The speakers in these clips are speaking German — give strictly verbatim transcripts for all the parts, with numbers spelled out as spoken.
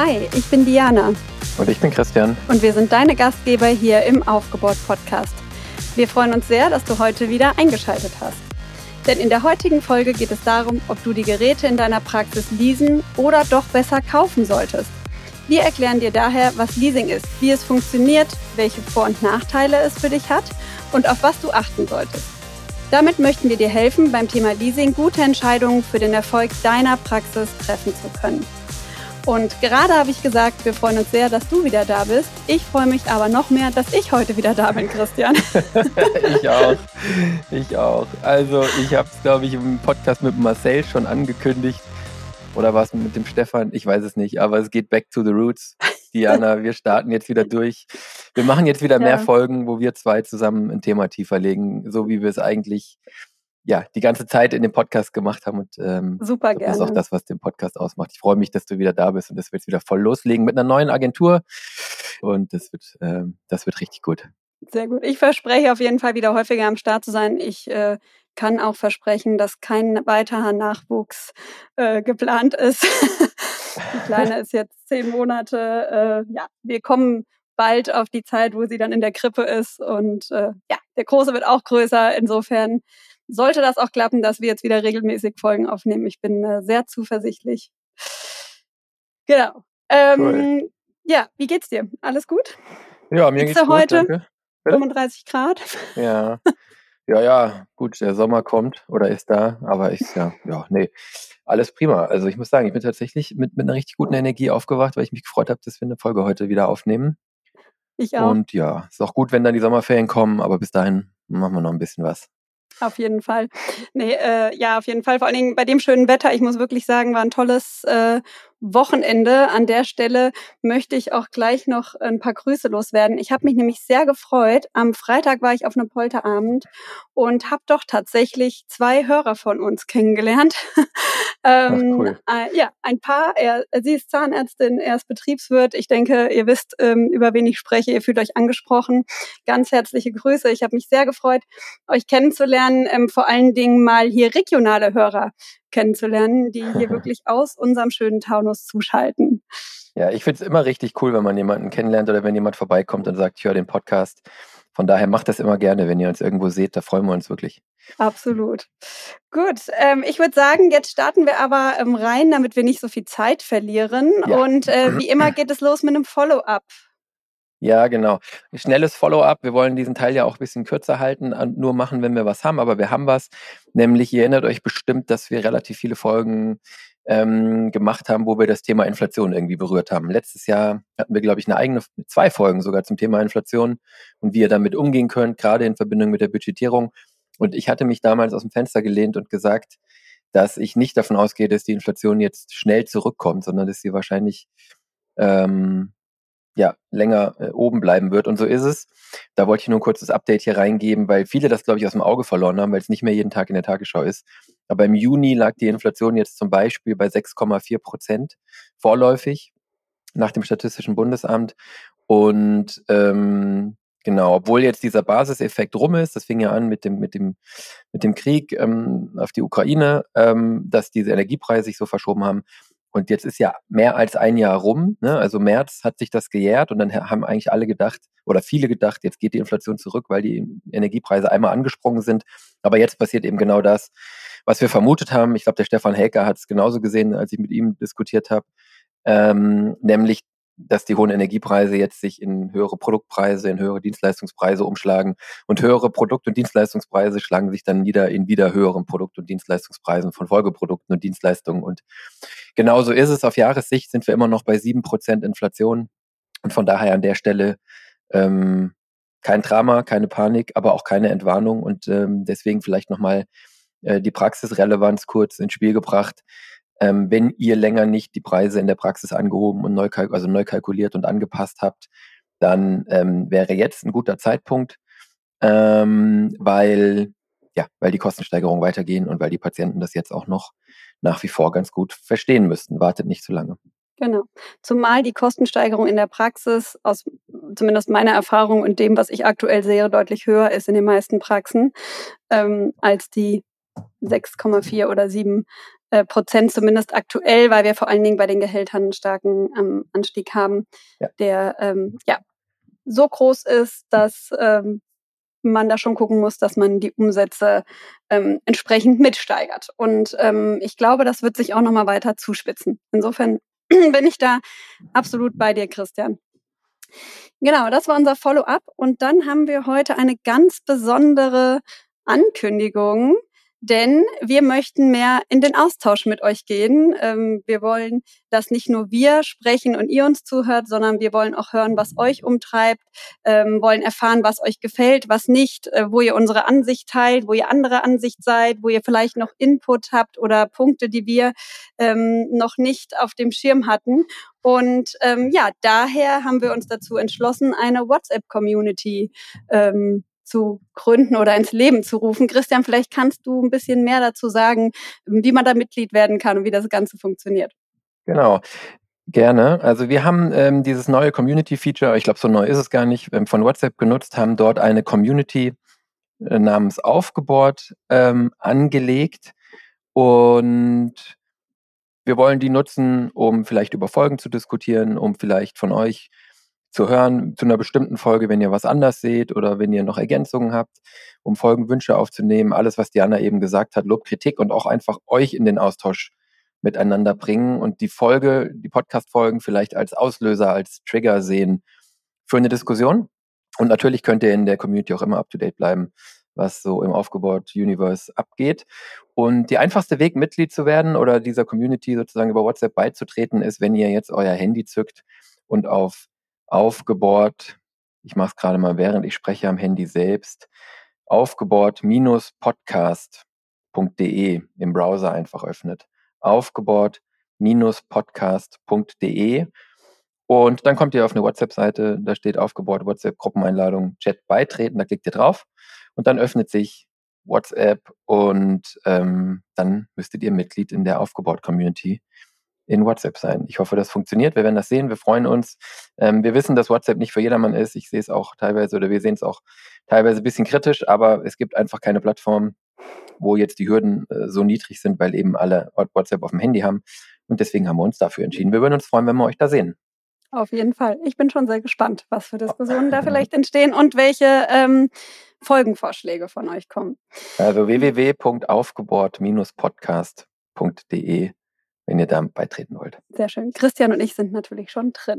Hi, ich bin Diana. Und ich bin Christian. Und wir sind deine Gastgeber hier im Aufgebaut-Podcast. Wir freuen uns sehr, dass du heute wieder eingeschaltet hast. Denn in der heutigen Folge geht es darum, ob du die Geräte in deiner Praxis leasen oder doch besser kaufen solltest. Wir erklären dir daher, was Leasing ist, wie es funktioniert, welche Vor- und Nachteile es für dich hat und auf was du achten solltest. Damit möchten wir dir helfen, beim Thema Leasing gute Entscheidungen für den Erfolg deiner Praxis treffen zu können. Und gerade habe ich gesagt, wir freuen uns sehr, dass du wieder da bist. Ich freue mich aber noch mehr, dass ich heute wieder da bin, Christian. Ich auch. Ich auch. Also ich habe es, glaube ich, im Podcast mit Marcel schon angekündigt. Oder war es mit dem Stefan? Ich weiß es nicht. Aber es geht back to the roots. Diana, wir starten jetzt wieder durch. Wir machen jetzt wieder ja. mehr Folgen, wo wir zwei zusammen ein Thema tiefer legen. So wie wir es eigentlich ja die ganze Zeit in dem Podcast gemacht haben. Und ähm, super gerne. Das ist auch das, was den Podcast ausmacht. Ich freue mich, dass du wieder da bist und das wird jetzt wieder voll loslegen mit einer neuen Agentur. Und das wird, ähm, das wird richtig gut. Sehr gut. Ich verspreche auf jeden Fall wieder häufiger am Start zu sein. Ich äh, kann auch versprechen, dass kein weiterer Nachwuchs äh, geplant ist. Die Kleine ist jetzt zehn Monate. Äh, ja, wir kommen bald auf die Zeit, wo sie dann in der Krippe ist. Und äh, ja, der Große wird auch größer. Insofern sollte das auch klappen, dass wir jetzt wieder regelmäßig Folgen aufnehmen. Ich bin äh, sehr zuversichtlich. Genau. Ähm, cool. Ja, wie geht's dir? Alles gut? Ja, mir geht's, geht's gut, heute? Danke. fünfunddreißig Grad? Ja, ja, ja, gut, der Sommer kommt oder ist da, aber ich, ja, ja, nee, alles prima. Also ich muss sagen, ich bin tatsächlich mit, mit einer richtig guten Energie aufgewacht, weil ich mich gefreut habe, dass wir eine Folge heute wieder aufnehmen. Ich auch. Und ja, ist auch gut, wenn dann die Sommerferien kommen, aber bis dahin machen wir noch ein bisschen was. Auf jeden Fall. Nee, äh, ja, auf jeden Fall. Vor allen Dingen bei dem schönen Wetter. Ich muss wirklich sagen, war ein tolles äh, Wochenende. An der Stelle möchte ich auch gleich noch ein paar Grüße loswerden. Ich habe mich nämlich sehr gefreut. Am Freitag war ich auf einem Polterabend und habe doch tatsächlich zwei Hörer von uns kennengelernt. ähm, Ach, cool. äh, ja, ein Paar. Er, sie ist Zahnärztin, er ist Betriebswirt. Ich denke, ihr wisst, ähm, über wen ich spreche. Ihr fühlt euch angesprochen. Ganz herzliche Grüße. Ich habe mich sehr gefreut, euch kennenzulernen. Ähm, vor allen Dingen mal hier regionale Hörer kennenzulernen, die hier wirklich aus unserem schönen Taunus zuschalten. Ja, ich finde es immer richtig cool, wenn man jemanden kennenlernt oder wenn jemand vorbeikommt und sagt, ich höre den Podcast. Von daher macht das immer gerne, wenn ihr uns irgendwo seht, da freuen wir uns wirklich. Absolut. Gut, ähm, ich würde sagen, jetzt starten wir aber ähm, rein, damit wir nicht so viel Zeit verlieren. Ja. Und äh, wie immer geht es los mit einem Follow-up. Ja, genau. Schnelles Follow-up. Wir wollen diesen Teil ja auch ein bisschen kürzer halten, nur machen, wenn wir was haben, aber wir haben was. Nämlich, ihr erinnert euch bestimmt, dass wir relativ viele Folgen ähm, gemacht haben, wo wir das Thema Inflation irgendwie berührt haben. Letztes Jahr hatten wir, glaube ich, eine eigene, zwei Folgen sogar zum Thema Inflation und wie ihr damit umgehen könnt, gerade in Verbindung mit der Budgetierung. Und ich hatte mich damals aus dem Fenster gelehnt und gesagt, dass ich nicht davon ausgehe, dass die Inflation jetzt schnell zurückkommt, sondern dass sie wahrscheinlich ähm, ja, länger äh, oben bleiben wird. Und so ist es. Da wollte ich nur ein kurzes Update hier reingeben, weil viele das, glaube ich, aus dem Auge verloren haben, weil es nicht mehr jeden Tag in der Tagesschau ist. Aber im Juni lag die Inflation jetzt zum Beispiel bei sechs Komma vier Prozent vorläufig nach dem Statistischen Bundesamt. Und ähm, genau, obwohl jetzt dieser Basiseffekt rum ist, das fing ja an mit dem, mit dem, mit dem Krieg ähm, auf die Ukraine, ähm, dass diese Energiepreise sich so verschoben haben. Und jetzt ist ja mehr als ein Jahr rum, ne? Also März hat sich das gejährt und dann haben eigentlich alle gedacht, oder viele gedacht, jetzt geht die Inflation zurück, weil die Energiepreise einmal angesprungen sind. Aber jetzt passiert eben genau das, was wir vermutet haben. Ich glaube, der Stefan Helker hat es genauso gesehen, als ich mit ihm diskutiert habe, ähm, nämlich, dass die hohen Energiepreise jetzt sich in höhere Produktpreise, in höhere Dienstleistungspreise umschlagen und höhere Produkt- und Dienstleistungspreise schlagen sich dann nieder in wieder höheren Produkt- und Dienstleistungspreisen von Folgeprodukten und Dienstleistungen. Und genauso ist es. Auf Jahressicht sind wir immer noch bei sieben Prozent Inflation und von daher an der Stelle ähm, kein Drama, keine Panik, aber auch keine Entwarnung und ähm, deswegen vielleicht nochmal äh, die Praxisrelevanz kurz ins Spiel gebracht. Ähm, wenn ihr länger nicht die Preise in der Praxis angehoben und neu, kalk- also neu kalkuliert und angepasst habt, dann ähm, wäre jetzt ein guter Zeitpunkt, ähm, weil, ja, weil die Kostensteigerungen weitergehen und weil die Patienten das jetzt auch noch nach wie vor ganz gut verstehen müssten. Wartet nicht zu lange. Genau. Zumal die Kostensteigerung in der Praxis, aus zumindest meiner Erfahrung und dem, was ich aktuell sehe, deutlich höher ist in den meisten Praxen, ähm, als die sechs Komma vier oder sieben äh, Prozent zumindest aktuell, weil wir vor allen Dingen bei den Gehältern einen starken ähm, Anstieg haben, ja. der ähm, ja so groß ist, dass ähm, man da schon gucken muss, dass man die Umsätze ähm, entsprechend mitsteigert. Und ähm, ich glaube, das wird sich auch nochmal weiter zuspitzen. Insofern bin ich da absolut bei dir, Christian. Genau, das war unser Follow-up. Und dann haben wir heute eine ganz besondere Ankündigung, denn wir möchten mehr in den Austausch mit euch gehen. Ähm, wir wollen, dass nicht nur wir sprechen und ihr uns zuhört, sondern wir wollen auch hören, was euch umtreibt, ähm, wollen erfahren, was euch gefällt, was nicht, äh, wo ihr unsere Ansicht teilt, wo ihr andere Ansicht seid, wo ihr vielleicht noch Input habt oder Punkte, die wir ähm, noch nicht auf dem Schirm hatten. Und ähm, ja, daher haben wir uns dazu entschlossen, eine WhatsApp-Community ähm, zu gründen oder ins Leben zu rufen. Christian, vielleicht kannst du ein bisschen mehr dazu sagen, wie man da Mitglied werden kann und wie das Ganze funktioniert. Genau, gerne. Also wir haben ähm, dieses neue Community-Feature, ich glaube, so neu ist es gar nicht, ähm, von WhatsApp genutzt, haben dort eine Community äh, namens Aufgebohrt ähm, angelegt und wir wollen die nutzen, um vielleicht über Folgen zu diskutieren, um vielleicht von euch zu hören zu einer bestimmten Folge, wenn ihr was anders seht oder wenn ihr noch Ergänzungen habt, um Folgenwünsche aufzunehmen. Alles, was Diana eben gesagt hat, Lob, Kritik und auch einfach euch in den Austausch miteinander bringen und die Folge, die Podcast-Folgen vielleicht als Auslöser, als Trigger sehen für eine Diskussion. Und natürlich könnt ihr in der Community auch immer up-to-date bleiben, was so im Aufgebaut-Universe abgeht. Und der einfachste Weg, Mitglied zu werden oder dieser Community sozusagen über WhatsApp beizutreten, ist, wenn ihr jetzt euer Handy zückt und auf Aufgebohrt, ich mache es gerade mal, während ich spreche am Handy selbst, aufgebohrt-podcast punkt de im Browser einfach öffnet. aufgebohrt-podcast punkt de und dann kommt ihr auf eine WhatsApp-Seite, da steht Aufgebohrt, WhatsApp-Gruppeneinladung, Chat beitreten, da klickt ihr drauf und dann öffnet sich WhatsApp und ähm, dann müsstet ihr Mitglied in der Aufgebohrt-Community in WhatsApp sein. Ich hoffe, das funktioniert. Wir werden das sehen. Wir freuen uns. Ähm, wir wissen, dass WhatsApp nicht für jedermann ist. Ich sehe es auch teilweise oder wir sehen es auch teilweise ein bisschen kritisch, aber es gibt einfach keine Plattform, wo jetzt die Hürden äh, so niedrig sind, weil eben alle WhatsApp auf dem Handy haben. Und deswegen haben wir uns dafür entschieden. Wir würden uns freuen, wenn wir euch da sehen. Auf jeden Fall. Ich bin schon sehr gespannt, was für Diskussionen da vielleicht entstehen und welche ähm, Folgenvorschläge von euch kommen. Also w w w punkt aufgebohrt podcast punkt de, wenn ihr da beitreten wollt. Sehr schön. Christian und ich sind natürlich schon drin.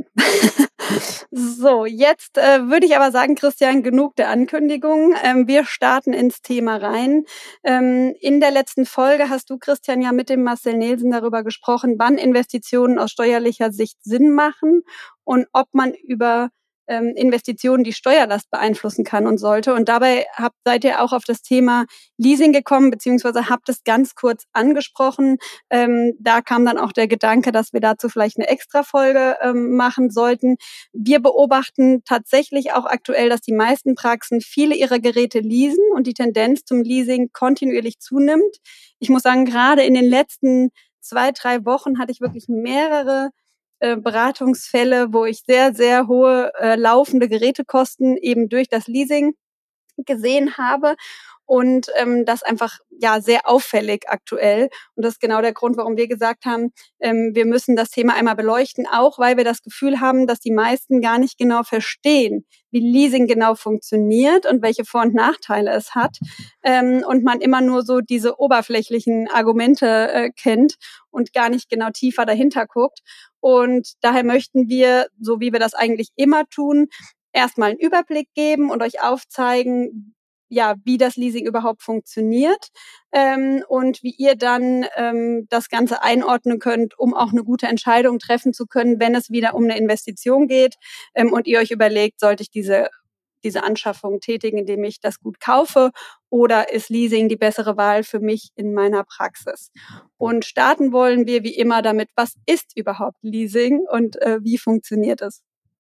So, jetzt äh, würde ich aber sagen, Christian, genug der Ankündigung. Ähm, wir starten ins Thema rein. Ähm, in der letzten Folge hast du, Christian, ja mit dem Marcel Nelson darüber gesprochen, wann Investitionen aus steuerlicher Sicht Sinn machen und ob man über ähm, Investitionen die Steuerlast beeinflussen kann und sollte. Und dabei habt, seid ihr auch auf das Thema Leasing gekommen, beziehungsweise habt es ganz kurz angesprochen. Ähm, da kam dann auch der Gedanke, dass wir dazu vielleicht eine Extra-Folge ähm, machen sollten. Wir beobachten tatsächlich auch aktuell, dass die meisten Praxen viele ihrer Geräte leasen und die Tendenz zum Leasing kontinuierlich zunimmt. Ich muss sagen, gerade in den letzten zwei, drei Wochen hatte ich wirklich mehrere äh, Beratungsfälle, wo ich sehr, sehr hohe äh, laufende Gerätekosten eben durch das Leasing gesehen habe. Und ähm, das einfach ja sehr auffällig aktuell. Und das ist genau der Grund, warum wir gesagt haben, ähm, wir müssen das Thema einmal beleuchten, auch weil wir das Gefühl haben, dass die meisten gar nicht genau verstehen, wie Leasing genau funktioniert und welche Vor- und Nachteile es hat. Ähm, und man immer nur so diese oberflächlichen Argumente äh, kennt und gar nicht genau tiefer dahinter guckt. Und daher möchten wir, so wie wir das eigentlich immer tun, erstmal einen Überblick geben und euch aufzeigen, ja, wie das Leasing überhaupt funktioniert ähm, und wie ihr dann ähm, das Ganze einordnen könnt, um auch eine gute Entscheidung treffen zu können, wenn es wieder um eine Investition geht ähm, und ihr euch überlegt, sollte ich diese diese Anschaffung tätigen, indem ich das gut kaufe, oder ist Leasing die bessere Wahl für mich in meiner Praxis? Und starten wollen wir wie immer damit, was ist überhaupt Leasing und äh, wie funktioniert es?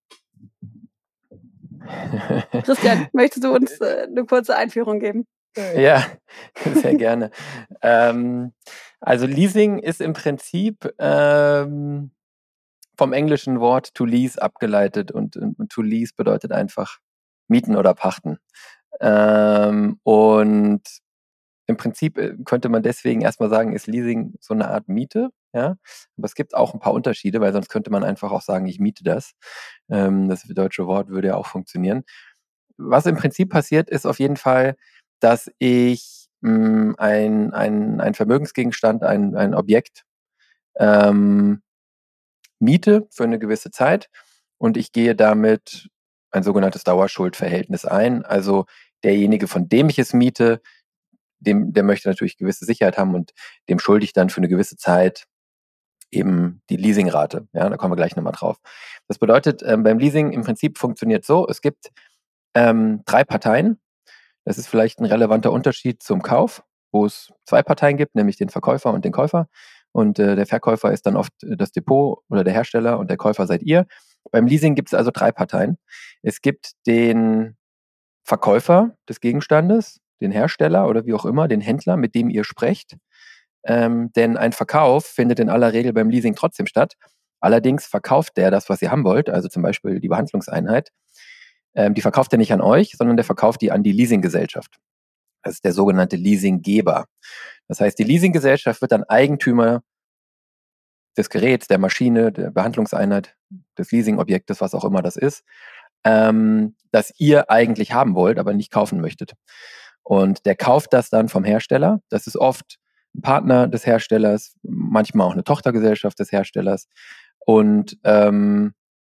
Christian, möchtest du uns äh, eine kurze Einführung geben? Ja, sehr gerne. ähm, also Leasing ist im Prinzip ähm, vom englischen Wort to lease abgeleitet und, und to lease bedeutet einfach mieten oder pachten. Ähm, und im im Prinzip äh, könnte man deswegen erstmal sagen, ist Leasing so eine Art Miete, ja. Aber es gibt auch ein paar Unterschiede, weil sonst könnte man einfach auch sagen, ich miete das. Ähm, das deutsche Wort würde ja auch funktionieren. Was im Prinzip passiert, ist auf jeden Fall, dass ich mh, ein, ein, ein Vermögensgegenstand, ein, ein Objekt ähm, miete für eine gewisse Zeit und ich gehe damit ein sogenanntes Dauerschuldverhältnis ein. Also derjenige, von dem ich es miete, dem, der möchte natürlich gewisse Sicherheit haben und dem schulde ich dann für eine gewisse Zeit eben die Leasingrate. Ja, da kommen wir gleich nochmal drauf. Das bedeutet, ähm, beim Leasing im Prinzip funktioniert so, es gibt ähm, drei Parteien. Das ist vielleicht ein relevanter Unterschied zum Kauf, wo es zwei Parteien gibt, nämlich den Verkäufer und den Käufer. Und äh, der Verkäufer ist dann oft das Depot oder der Hersteller und der Käufer seid ihr. Beim Leasing gibt es also drei Parteien. Es gibt den Verkäufer des Gegenstandes, den Hersteller oder wie auch immer, den Händler, mit dem ihr sprecht. Ähm, denn ein Verkauf findet in aller Regel beim Leasing trotzdem statt. Allerdings verkauft der das, was ihr haben wollt, also zum Beispiel die Behandlungseinheit, ähm, die verkauft er nicht an euch, sondern der verkauft die an die Leasinggesellschaft. Das ist der sogenannte Leasinggeber. Das heißt, die Leasinggesellschaft wird dann Eigentümer des Geräts, der Maschine, der Behandlungseinheit, des Leasingobjektes, was auch immer das ist, ähm, das ihr eigentlich haben wollt, aber nicht kaufen möchtet. Und der kauft das dann vom Hersteller. Das ist oft ein Partner des Herstellers, manchmal auch eine Tochtergesellschaft des Herstellers. Und ähm,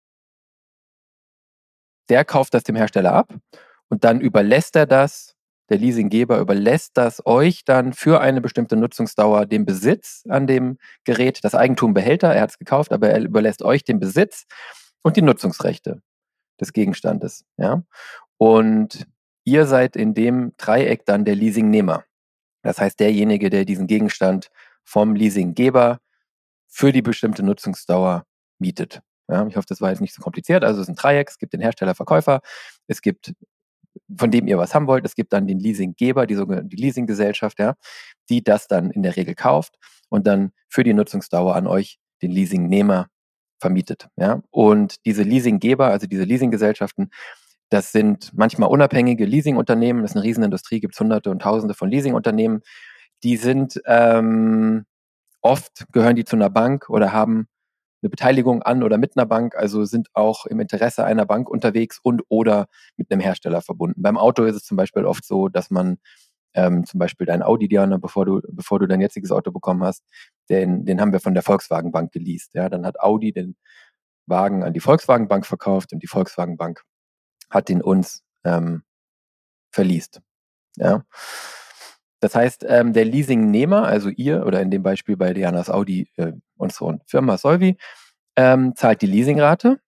der kauft das dem Hersteller ab und dann überlässt er das, der Leasinggeber überlässt das euch dann für eine bestimmte Nutzungsdauer den Besitz an dem Gerät. Das Eigentum behält er, er hat es gekauft, aber er überlässt euch den Besitz und die Nutzungsrechte des Gegenstandes. Ja? Und ihr seid in dem Dreieck dann der Leasingnehmer. Das heißt, derjenige, der diesen Gegenstand vom Leasinggeber für die bestimmte Nutzungsdauer mietet. Ja, ich hoffe, das war jetzt nicht so kompliziert. Also es ist ein Dreieck, es gibt den Hersteller, Verkäufer, es gibt, von dem ihr was haben wollt, es gibt dann den Leasinggeber, die sogenannte Leasinggesellschaft, ja, die das dann in der Regel kauft und dann für die Nutzungsdauer an euch, den Leasingnehmer, vermietet. Ja. Und diese Leasinggeber, also diese Leasinggesellschaften, das sind manchmal unabhängige Leasingunternehmen, das ist eine Riesenindustrie, gibt es hunderte und tausende von Leasingunternehmen. Die sind ähm, oft gehören die zu einer Bank oder haben eine Beteiligung an oder mit einer Bank, also sind auch im Interesse einer Bank unterwegs und oder mit einem Hersteller verbunden. Beim Auto ist es zum Beispiel oft so, dass man ähm, zum Beispiel dein Audi, Diana, bevor du, bevor du dein jetziges Auto bekommen hast, den, den haben wir von der Volkswagen Bank geleast. Ja, dann hat Audi den Wagen an die Volkswagen Bank verkauft und die Volkswagen Bank hat ihn uns ähm, verleast. Ja. Das heißt, ähm, der Leasingnehmer, also ihr oder in dem Beispiel bei Dianas Audi, äh, unsere Firma Solvi, ähm, zahlt die Leasingrate.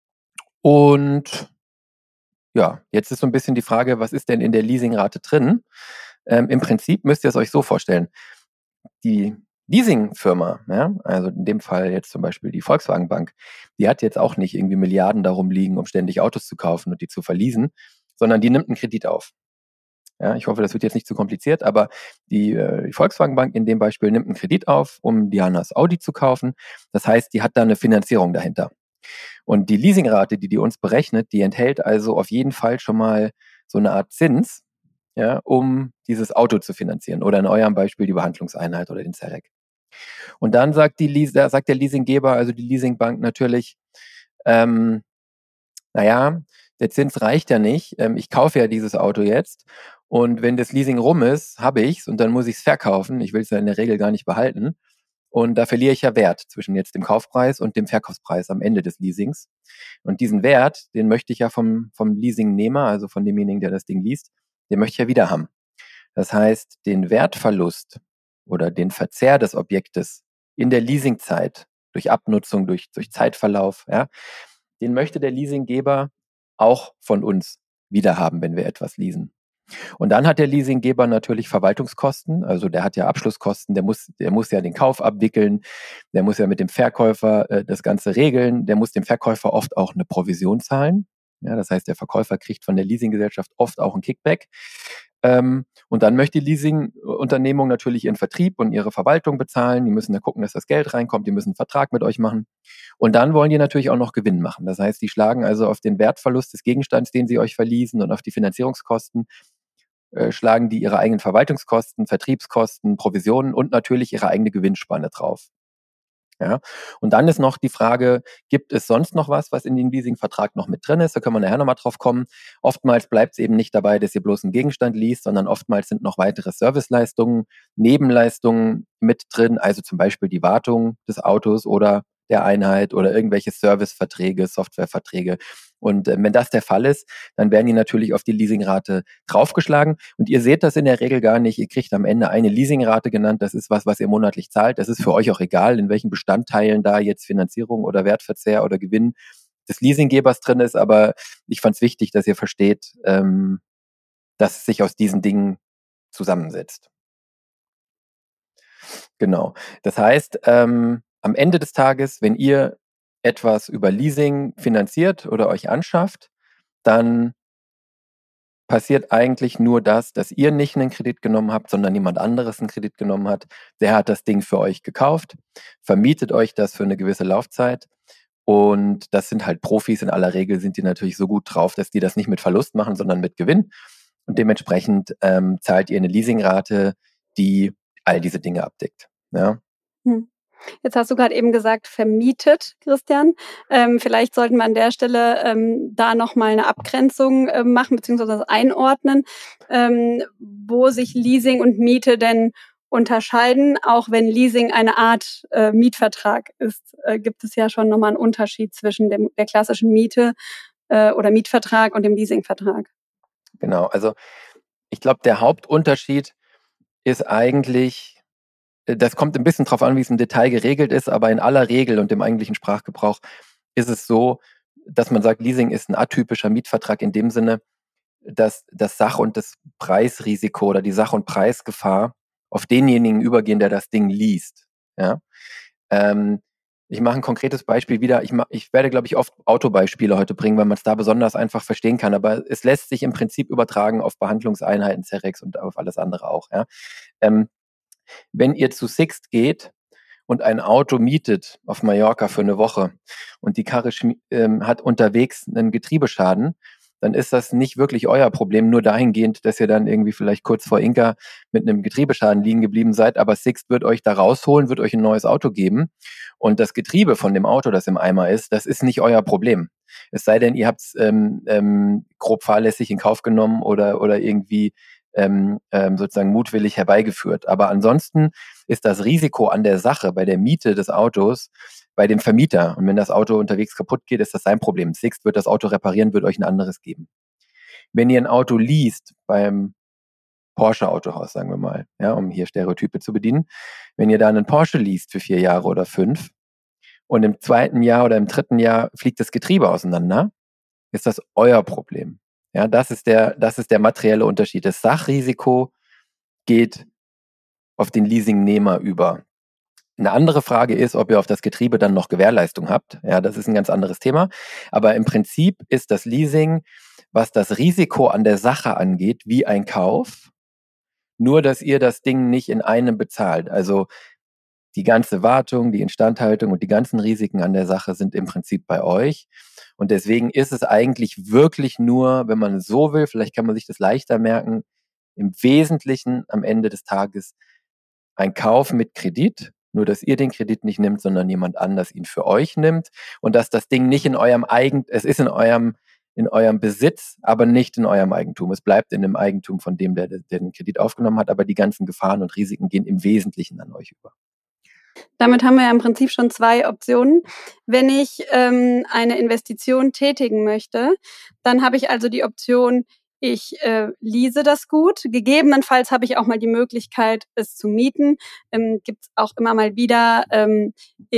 Und ja, jetzt ist so ein bisschen die Frage, was ist denn in der Leasingrate drin? Ähm, Im Prinzip müsst ihr es euch so vorstellen. Die Leasingfirma, ja, also in dem Fall jetzt zum Beispiel die Volkswagen Bank, die hat jetzt auch nicht irgendwie Milliarden darum liegen, um ständig Autos zu kaufen und die zu verleasen, sondern die nimmt einen Kredit auf. Ja, ich hoffe, das wird jetzt nicht zu kompliziert, aber die, äh, die Volkswagen Bank in dem Beispiel nimmt einen Kredit auf, um Dianas Audi zu kaufen. Das heißt, die hat da eine Finanzierung dahinter. Und die Leasingrate, die die uns berechnet, die enthält also auf jeden Fall schon mal so eine Art Zins, ja, um dieses Auto zu finanzieren oder in eurem Beispiel die Behandlungseinheit oder den Zerek. Und dann sagt, die, sagt der Leasinggeber, also die Leasingbank natürlich, ähm, naja, der Zins reicht ja nicht, ähm, ich kaufe ja dieses Auto jetzt und wenn das Leasing rum ist, habe ich es und dann muss ich es verkaufen. Ich will es ja in der Regel gar nicht behalten. Und da verliere ich ja Wert zwischen jetzt dem Kaufpreis und dem Verkaufspreis am Ende des Leasings. Und diesen Wert, den möchte ich ja vom, vom Leasingnehmer, also von demjenigen, der das Ding liest, den möchte ich ja wieder haben. Das heißt, den Wertverlust oder den Verzehr des Objektes in der Leasingzeit durch Abnutzung, durch, durch Zeitverlauf, ja, den möchte der Leasinggeber auch von uns wieder haben, wenn wir etwas leasen. Und dann hat der Leasinggeber natürlich Verwaltungskosten, also der hat ja Abschlusskosten, der muss, der muss ja den Kauf abwickeln, der muss ja mit dem Verkäufer äh, das Ganze regeln, der muss dem Verkäufer oft auch eine Provision zahlen. Ja, das heißt, der Verkäufer kriegt von der Leasinggesellschaft oft auch einen Kickback. Ähm, und dann möchte die Leasingunternehmung natürlich ihren Vertrieb und ihre Verwaltung bezahlen. Die müssen da gucken, dass das Geld reinkommt. Die müssen einen Vertrag mit euch machen. Und dann wollen die natürlich auch noch Gewinn machen. Das heißt, die schlagen also auf den Wertverlust des Gegenstands, den sie euch verleasen und auf die Finanzierungskosten, äh, schlagen die ihre eigenen Verwaltungskosten, Vertriebskosten, Provisionen und natürlich ihre eigene Gewinnspanne drauf. Ja, und dann ist noch die Frage, gibt es sonst noch was, was in dem Leasingvertrag noch mit drin ist? Da können wir nachher nochmal drauf kommen. Oftmals bleibt es eben nicht dabei, dass ihr bloß einen Gegenstand liest, sondern oftmals sind noch weitere Serviceleistungen, Nebenleistungen mit drin, also zum Beispiel die Wartung des Autos oder der Einheit oder irgendwelche Serviceverträge, Softwareverträge. Und äh, wenn das der Fall ist, dann werden die natürlich auf die Leasingrate draufgeschlagen. Und ihr seht das in der Regel gar nicht. Ihr kriegt am Ende eine Leasingrate genannt. Das ist was, was ihr monatlich zahlt. Das ist für euch auch egal, in welchen Bestandteilen da jetzt Finanzierung oder Wertverzehr oder Gewinn des Leasinggebers drin ist. Aber ich fand es wichtig, dass ihr versteht, ähm, dass es sich aus diesen Dingen zusammensetzt. Genau. Das heißt, ähm, am Ende des Tages, wenn ihr etwas über Leasing finanziert oder euch anschafft, dann passiert eigentlich nur das, dass ihr nicht einen Kredit genommen habt, sondern jemand anderes einen Kredit genommen hat. Der hat das Ding für euch gekauft, vermietet euch das für eine gewisse Laufzeit. Und das sind halt Profis. In aller Regel sind die natürlich so gut drauf, dass die das nicht mit Verlust machen, sondern mit Gewinn. Und dementsprechend ähm, zahlt ihr eine Leasingrate, die all diese Dinge abdeckt. Ja. Hm. Jetzt hast du gerade eben gesagt, vermietet, Christian. Ähm, vielleicht sollten wir an der Stelle ähm, da nochmal eine Abgrenzung äh, machen, beziehungsweise einordnen, ähm, wo sich Leasing und Miete denn unterscheiden. Auch wenn Leasing eine Art äh, Mietvertrag ist, äh, gibt es ja schon nochmal einen Unterschied zwischen dem, der klassischen Miete äh, oder Mietvertrag und dem Leasingvertrag. Genau, also ich glaube, der Hauptunterschied ist eigentlich, das kommt ein bisschen drauf an, wie es im Detail geregelt ist, aber in aller Regel und im eigentlichen Sprachgebrauch ist es so, dass man sagt, Leasing ist ein atypischer Mietvertrag in dem Sinne, dass das Sach- und das Preisrisiko oder die Sach- und Preisgefahr auf denjenigen übergehen, der das Ding liest. Ja? Ähm, ich mache ein konkretes Beispiel wieder. Ich, mach, ich werde, glaube ich, oft Autobeispiele heute bringen, weil man es da besonders einfach verstehen kann. Aber es lässt sich im Prinzip übertragen auf Behandlungseinheiten, Cerex und auf alles andere auch. Ja? Ähm, wenn ihr zu Sixt geht und ein Auto mietet auf Mallorca für eine Woche und die Karre ähm, hat unterwegs einen Getriebeschaden, dann ist das nicht wirklich euer Problem, nur dahingehend, dass ihr dann irgendwie vielleicht kurz vor Inka mit einem Getriebeschaden liegen geblieben seid, aber Sixt wird euch da rausholen, wird euch ein neues Auto geben und das Getriebe von dem Auto, das im Eimer ist, das ist nicht euer Problem. Es sei denn, ihr habt es ähm, ähm, grob fahrlässig in Kauf genommen oder, oder irgendwie ähm, ähm, sozusagen mutwillig herbeigeführt. Aber ansonsten ist das Risiko an der Sache, bei der Miete des Autos, bei dem Vermieter. Und wenn das Auto unterwegs kaputt geht, ist das sein Problem. Sixt wird das Auto reparieren, wird euch ein anderes geben. Wenn ihr ein Auto least beim Porsche-Autohaus, sagen wir mal, ja, um hier Stereotype zu bedienen, wenn ihr da einen Porsche least für vier Jahre oder fünf und im zweiten Jahr oder im dritten Jahr fliegt das Getriebe auseinander, ist das euer Problem. Ja, das ist der, das ist der materielle Unterschied. Das Sachrisiko geht auf den Leasingnehmer über. Eine andere Frage ist, ob ihr auf das Getriebe dann noch Gewährleistung habt. Ja, das ist ein ganz anderes Thema. Aber im Prinzip ist das Leasing, was das Risiko an der Sache angeht, wie ein Kauf. Nur, dass ihr das Ding nicht in einem bezahlt. Also die ganze Wartung, die Instandhaltung und die ganzen Risiken an der Sache sind im Prinzip bei euch. Und deswegen ist es eigentlich wirklich nur, wenn man so will, vielleicht kann man sich das leichter merken, im Wesentlichen am Ende des Tages ein Kauf mit Kredit, nur dass ihr den Kredit nicht nimmt, sondern jemand anders ihn für euch nimmt und dass das Ding nicht in eurem Eigen, es ist in eurem, in eurem Besitz, aber nicht in eurem Eigentum. Es bleibt in dem Eigentum von dem, der, der den Kredit aufgenommen hat, aber die ganzen Gefahren und Risiken gehen im Wesentlichen an euch über. Damit haben wir ja im Prinzip schon zwei Optionen. Wenn ich ähm, eine Investition tätigen möchte, dann habe ich also die Option, ich äh, lease das Gut. Gegebenenfalls habe ich auch mal die Möglichkeit, es zu mieten. Ähm, Gibt es auch immer mal wieder ähm,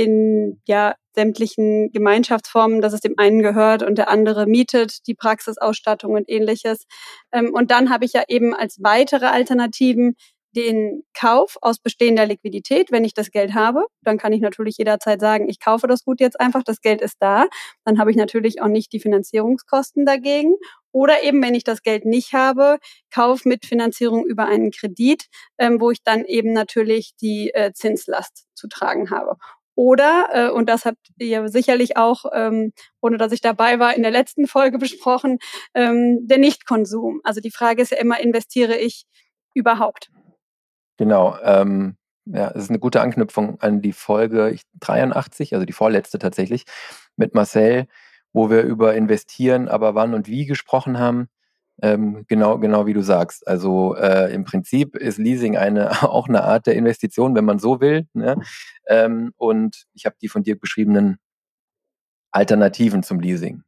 in ja, sämtlichen Gemeinschaftsformen, dass es dem einen gehört und der andere mietet die Praxisausstattung und ähnliches. Ähm, und dann habe ich ja eben als weitere Alternativen den Kauf aus bestehender Liquidität, wenn ich das Geld habe, dann kann ich natürlich jederzeit sagen, ich kaufe das Gut jetzt einfach, das Geld ist da, dann habe ich natürlich auch nicht die Finanzierungskosten dagegen. Oder eben, wenn ich das Geld nicht habe, Kauf mit Finanzierung über einen Kredit, ähm, wo ich dann eben natürlich die äh, Zinslast zu tragen habe. Oder, äh, und das habt ihr sicherlich auch, ähm, ohne dass ich dabei war, in der letzten Folge besprochen, ähm, der Nichtkonsum. Also die Frage ist ja immer, investiere ich überhaupt? Genau, ähm, ja, es ist eine gute Anknüpfung an die Folge dreiundachtzig, also die vorletzte tatsächlich, mit Marcel, wo wir über Investieren, aber wann und wie gesprochen haben. Ähm, genau, genau wie du sagst. Also äh, im Prinzip ist Leasing eine auch eine Art der Investition, wenn man so will. Ne? Ähm, und ich habe die von dir beschriebenen Alternativen zum Leasing.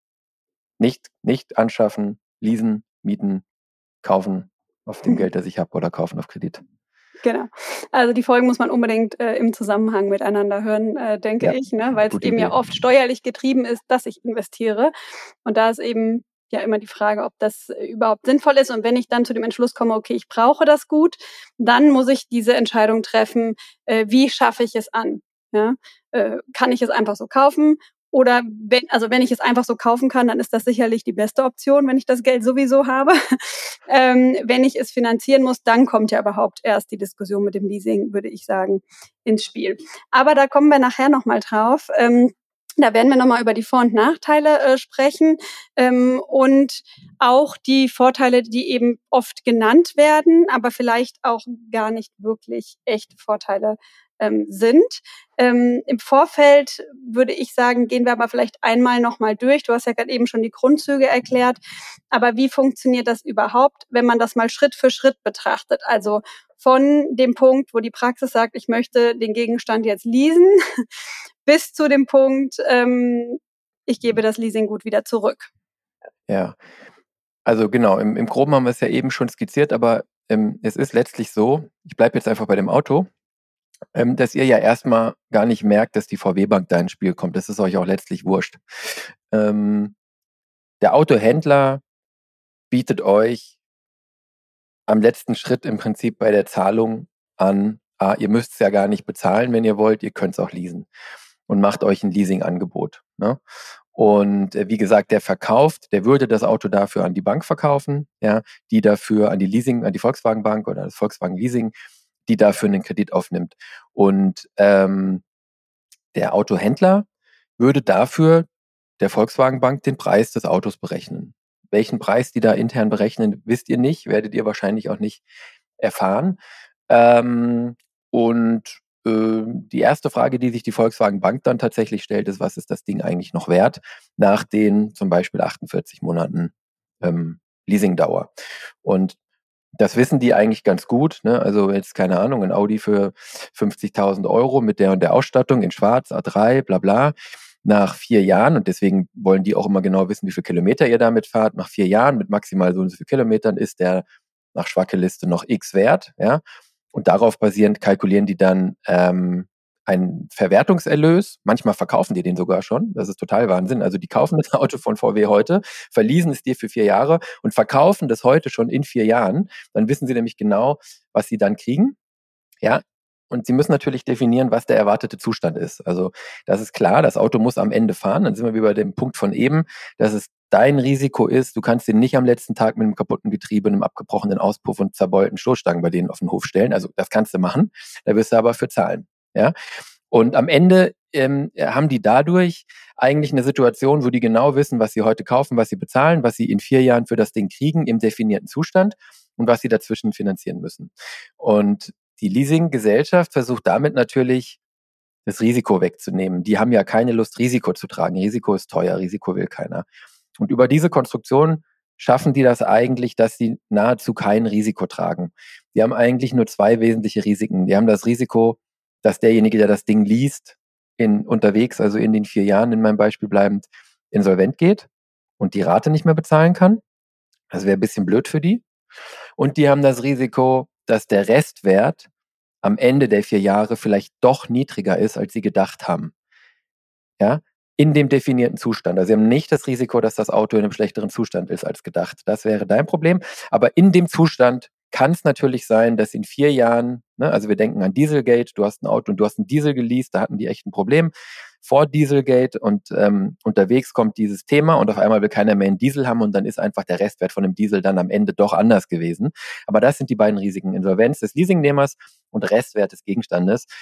Nicht, nicht anschaffen, leasen, mieten, kaufen auf dem Geld, das ich habe, oder kaufen auf Kredit. Genau. Also die Folgen muss man unbedingt äh, im Zusammenhang miteinander hören, äh, denke Ja, ich, ne? Weil es gute eben Idee. ja oft steuerlich getrieben ist, dass ich investiere. Und da ist eben ja immer die Frage, ob das äh, überhaupt sinnvoll ist. Und wenn ich dann zu dem Entschluss komme, okay, ich brauche das Gut, dann muss ich diese Entscheidung treffen, äh, wie schaffe ich es an? Ja? Äh, kann ich es einfach so kaufen? Oder wenn, also wenn ich es einfach so kaufen kann, dann ist das sicherlich die beste Option, wenn ich das Geld sowieso habe. ähm, wenn ich es finanzieren muss, dann kommt ja überhaupt erst die Diskussion mit dem Leasing, würde ich sagen, ins Spiel. Aber da kommen wir nachher nochmal drauf. Ähm, da werden wir nochmal über die Vor- und Nachteile äh, sprechen ähm, und auch die Vorteile, die eben oft genannt werden, aber vielleicht auch gar nicht wirklich echte Vorteile ähm, sind. Ähm, Im Vorfeld würde ich sagen, gehen wir aber vielleicht einmal nochmal durch. Du hast ja gerade eben schon die Grundzüge erklärt. Aber wie funktioniert das überhaupt, wenn man das mal Schritt für Schritt betrachtet? Also von dem Punkt, wo die Praxis sagt, ich möchte den Gegenstand jetzt leasen, bis zu dem Punkt, ähm, ich gebe das Leasinggut wieder zurück. Ja, also genau, im, im Groben haben wir es ja eben schon skizziert, aber ähm, es ist letztlich so, ich bleibe jetzt einfach bei dem Auto, ähm, dass ihr ja erstmal gar nicht merkt, dass die V W-Bank da ins Spiel kommt. Das ist euch auch letztlich wurscht. Ähm, der Autohändler bietet euch am letzten Schritt im Prinzip bei der Zahlung an, ah, ihr müsst es ja gar nicht bezahlen, wenn ihr wollt, ihr könnt es auch leasen und macht euch ein Leasingangebot. Ne? Und äh, wie gesagt, der verkauft, der würde das Auto dafür an die Bank verkaufen, ja, die dafür an die Leasing, an die Volkswagen Bank oder das Volkswagen Leasing, die dafür einen Kredit aufnimmt. Und ähm, der Autohändler würde dafür der Volkswagen Bank den Preis des Autos berechnen. Welchen Preis die da intern berechnen, wisst ihr nicht, werdet ihr wahrscheinlich auch nicht erfahren. Ähm, und äh, die erste Frage, die sich die Volkswagen Bank dann tatsächlich stellt, ist, was ist das Ding eigentlich noch wert nach den zum Beispiel achtundvierzig Monaten ähm, Leasingdauer. Und das wissen die eigentlich ganz gut. Ne? Also jetzt, keine Ahnung, ein Audi für fünfzigtausend Euro mit der und der Ausstattung in Schwarz, A drei, bla bla, nach vier Jahren, und deswegen wollen die auch immer genau wissen, wie viele Kilometer ihr damit fahrt, nach vier Jahren mit maximal so und so viel Kilometern ist der nach Schwacke-Liste noch X wert. Ja? Und darauf basierend kalkulieren die dann ähm, einen Verwertungserlös. Manchmal verkaufen die den sogar schon. Das ist total Wahnsinn. Also die kaufen das Auto von V W heute, verleasen es dir für vier Jahre und verkaufen das heute schon in vier Jahren. Dann wissen sie nämlich genau, was sie dann kriegen. Ja, und sie müssen natürlich definieren, was der erwartete Zustand ist. Also das ist klar, das Auto muss am Ende fahren. Dann sind wir wie bei dem Punkt von eben, dass es dein Risiko ist, du kannst den nicht am letzten Tag mit einem kaputten Getriebe, einem abgebrochenen Auspuff und zerbeulten Stoßstangen bei denen auf den Hof stellen. Also das kannst du machen, da wirst du aber für zahlen. Ja? Und am Ende ähm, haben die dadurch eigentlich eine Situation, wo die genau wissen, was sie heute kaufen, was sie bezahlen, was sie in vier Jahren für das Ding kriegen im definierten Zustand und was sie dazwischen finanzieren müssen. Und die Leasinggesellschaft versucht damit natürlich, das Risiko wegzunehmen. Die haben ja keine Lust, Risiko zu tragen. Risiko ist teuer, Risiko will keiner. Und über diese Konstruktion schaffen die das eigentlich, dass sie nahezu kein Risiko tragen. Die haben eigentlich nur zwei wesentliche Risiken. Die haben das Risiko, dass derjenige, der das Ding liest, in, unterwegs, also in den vier Jahren in meinem Beispiel bleibend, insolvent geht und die Rate nicht mehr bezahlen kann. Das wäre ein bisschen blöd für die. Und die haben das Risiko, dass der Restwert am Ende der vier Jahre vielleicht doch niedriger ist, als sie gedacht haben. Ja, in dem definierten Zustand. Also sie haben nicht das Risiko, dass das Auto in einem schlechteren Zustand ist als gedacht. Das wäre dein Problem. Aber in dem Zustand kann es natürlich sein, dass in vier Jahren, ne, also wir denken an Dieselgate, du hast ein Auto und du hast einen Diesel geleast, da hatten die echt ein Problem vor Dieselgate und ähm, unterwegs kommt dieses Thema und auf einmal will keiner mehr einen Diesel haben und dann ist einfach der Restwert von dem Diesel dann am Ende doch anders gewesen. Aber das sind die beiden Risiken: Insolvenz des Leasingnehmers und Restwert des Gegenstandes.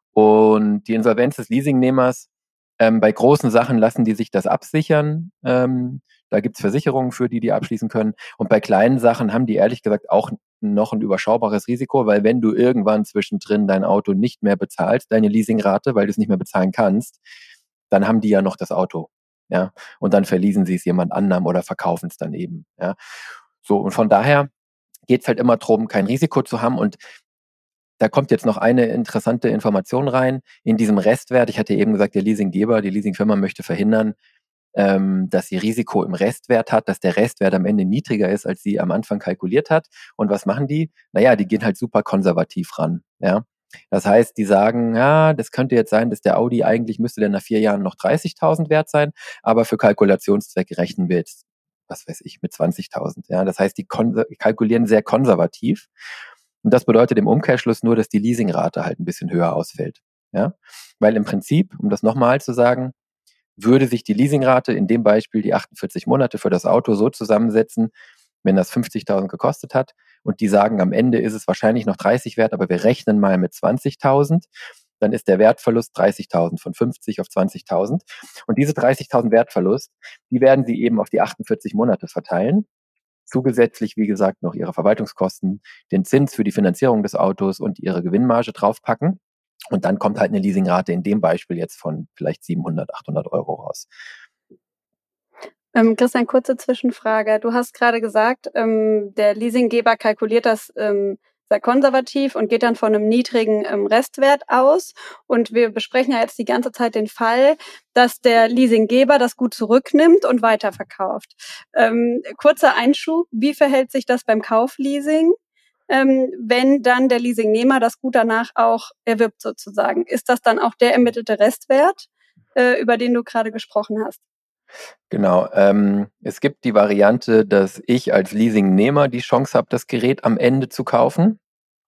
Und die Insolvenz des Leasingnehmers, ähm, bei großen Sachen lassen die sich das absichern. Ähm, da gibt's Versicherungen für, die die abschließen können. Und bei kleinen Sachen haben die ehrlich gesagt auch noch ein überschaubares Risiko, weil wenn du irgendwann zwischendrin dein Auto nicht mehr bezahlst, deine Leasingrate, weil du es nicht mehr bezahlen kannst, dann haben die ja noch das Auto. Ja, und dann verleasen sie es jemand anderem oder verkaufen es dann eben. Ja, so, und von daher geht's halt immer darum, kein Risiko zu haben. Und da kommt jetzt noch eine interessante Information rein. In diesem Restwert, ich hatte eben gesagt, der Leasinggeber, die Leasingfirma möchte verhindern, ähm, dass sie Risiko im Restwert hat, dass der Restwert am Ende niedriger ist, als sie am Anfang kalkuliert hat. Und was machen die? Naja, die gehen halt super konservativ ran. Ja, das heißt, die sagen, ja, das könnte jetzt sein, dass der Audi eigentlich müsste der nach vier Jahren noch dreißigtausend wert sein, aber für Kalkulationszwecke rechnen wir jetzt, was weiß ich, mit zwanzigtausend. Ja, das heißt, die kalkulieren sehr konservativ. Und das bedeutet im Umkehrschluss nur, dass die Leasingrate halt ein bisschen höher ausfällt. Ja, weil im Prinzip, um das nochmal zu sagen, würde sich die Leasingrate in dem Beispiel die achtundvierzig Monate für das Auto so zusammensetzen, wenn das fünfzigtausend gekostet hat und die sagen, am Ende ist es wahrscheinlich noch dreißig wert, aber wir rechnen mal mit zwanzigtausend, dann ist der Wertverlust dreißigtausend von fünfzig auf zwanzigtausend. Und diese dreißigtausend Wertverlust, die werden sie eben auf die achtundvierzig Monate verteilen. Zusätzlich, wie gesagt, noch ihre Verwaltungskosten, den Zins für die Finanzierung des Autos und ihre Gewinnmarge draufpacken. Und dann kommt halt eine Leasingrate in dem Beispiel jetzt von vielleicht siebenhundert, achthundert Euro raus. Ähm, Christian, kurze Zwischenfrage. Du hast gerade gesagt, ähm, der Leasinggeber kalkuliert das ähm, sehr konservativ und geht dann von einem niedrigen ähm, Restwert aus. Und wir besprechen ja jetzt die ganze Zeit den Fall, dass der Leasinggeber das gut zurücknimmt und weiterverkauft. Ähm, kurzer Einschub, wie verhält sich das beim Kaufleasing, ähm, wenn dann der Leasingnehmer das Gut danach auch erwirbt sozusagen? Ist das dann auch der ermittelte Restwert, äh, über den du gerade gesprochen hast? Genau. Ähm, es gibt die Variante, dass ich als Leasingnehmer die Chance habe, das Gerät am Ende zu kaufen.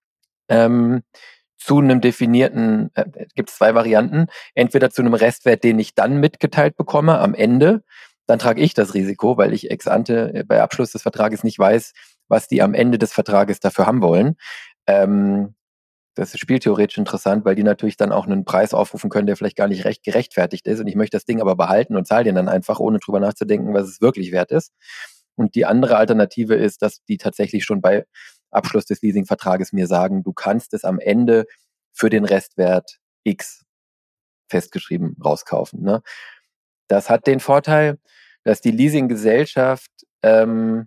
Ähm, zu einem definierten, äh, gibt es zwei Varianten. Entweder zu einem Restwert, den ich dann mitgeteilt bekomme am Ende. Dann trage ich das Risiko, weil ich ex ante bei Abschluss des Vertrages nicht weiß, was die am Ende des Vertrages dafür haben wollen. Ähm, das ist spieltheoretisch interessant, weil die natürlich dann auch einen Preis aufrufen können, der vielleicht gar nicht recht gerechtfertigt ist. Und ich möchte das Ding aber behalten und zahle den dann einfach, ohne drüber nachzudenken, was es wirklich wert ist. Und die andere Alternative ist, dass die tatsächlich schon bei Abschluss des Leasingvertrages mir sagen, du kannst es am Ende für den Restwert X festgeschrieben rauskaufen. Ne? Das hat den Vorteil, dass die Leasinggesellschaft ähm,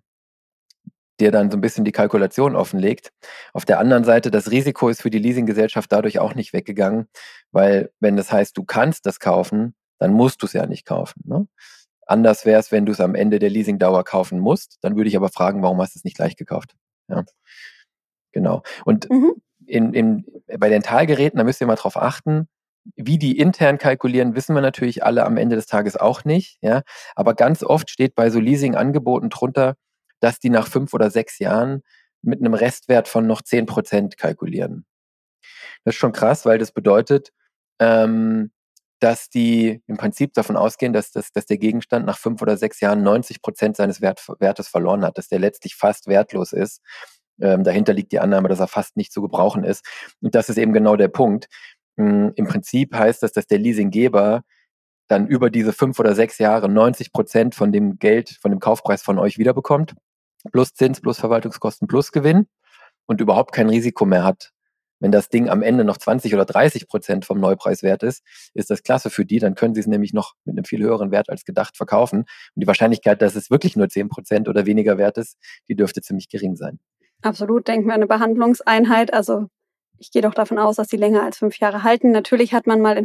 dir dann so ein bisschen die Kalkulation offenlegt. Auf der anderen Seite, das Risiko ist für die Leasinggesellschaft dadurch auch nicht weggegangen, weil wenn das heißt, du kannst das kaufen, dann musst du es ja nicht kaufen. Ne? Anders wäre es, wenn du es am Ende der Leasingdauer kaufen musst. Dann würde ich aber fragen, warum hast du es nicht gleich gekauft? Ja, genau. Und mhm. in, in, bei Dentalgeräten, da müsst ihr mal drauf achten, wie die intern kalkulieren, wissen wir natürlich alle am Ende des Tages auch nicht. Ja? Aber ganz oft steht bei so Leasingangeboten drunter, dass die nach fünf oder sechs Jahren mit einem Restwert von noch zehn Prozent kalkulieren. Das ist schon krass, weil das bedeutet, ähm, dass die im Prinzip davon ausgehen, dass, das, dass der Gegenstand nach fünf oder sechs Jahren neunzig Prozent seines Wert, Wertes verloren hat, dass der letztlich fast wertlos ist. Ähm, dahinter liegt die Annahme, dass er fast nicht zu gebrauchen ist. Und das ist eben genau der Punkt. Ähm, Im Prinzip heißt das, dass der Leasinggeber dann über diese fünf oder sechs Jahre neunzig Prozent von dem Geld, von dem Kaufpreis von euch wiederbekommt, plus Zins, plus Verwaltungskosten, plus Gewinn und überhaupt kein Risiko mehr hat. Wenn das Ding am Ende noch zwanzig oder dreißig Prozent vom Neupreis wert ist, ist das klasse für die. Dann können sie es nämlich noch mit einem viel höheren Wert als gedacht verkaufen. Und die Wahrscheinlichkeit, dass es wirklich nur zehn Prozent oder weniger wert ist, die dürfte ziemlich gering sein. Absolut, denken wir an eine Behandlungseinheit. Also ich gehe doch davon aus, dass die länger als fünf Jahre halten. Natürlich hat man mal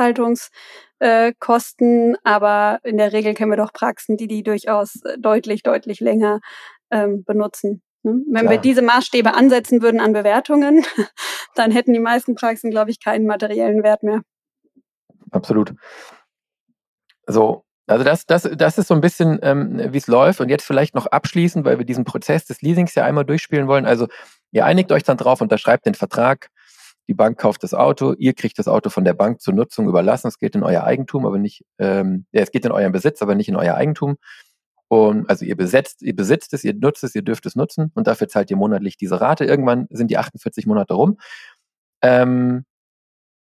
Instandhaltungskosten, äh, aber in der Regel kennen wir doch Praxen, die die durchaus deutlich, deutlich länger ähm, benutzen. Ne? Wenn Klar. wir diese Maßstäbe ansetzen würden an Bewertungen, dann hätten die meisten Praxen, glaube ich, keinen materiellen Wert mehr. Absolut. So, also das, das, das ist so ein bisschen, ähm, wie es läuft. Und jetzt vielleicht noch abschließend, weil wir diesen Prozess des Leasings ja einmal durchspielen wollen. Also ihr einigt euch dann drauf, unterschreibt den Vertrag. Die Bank kauft das Auto, ihr kriegt das Auto von der Bank zur Nutzung überlassen. Es geht in euer Eigentum, aber nicht, ähm, ja, es geht in euren Besitz, aber nicht in euer Eigentum. Und also ihr besetzt, ihr besitzt es, ihr nutzt es, ihr dürft es nutzen und dafür zahlt ihr monatlich diese Rate. Irgendwann sind die achtundvierzig Monate rum. Ähm,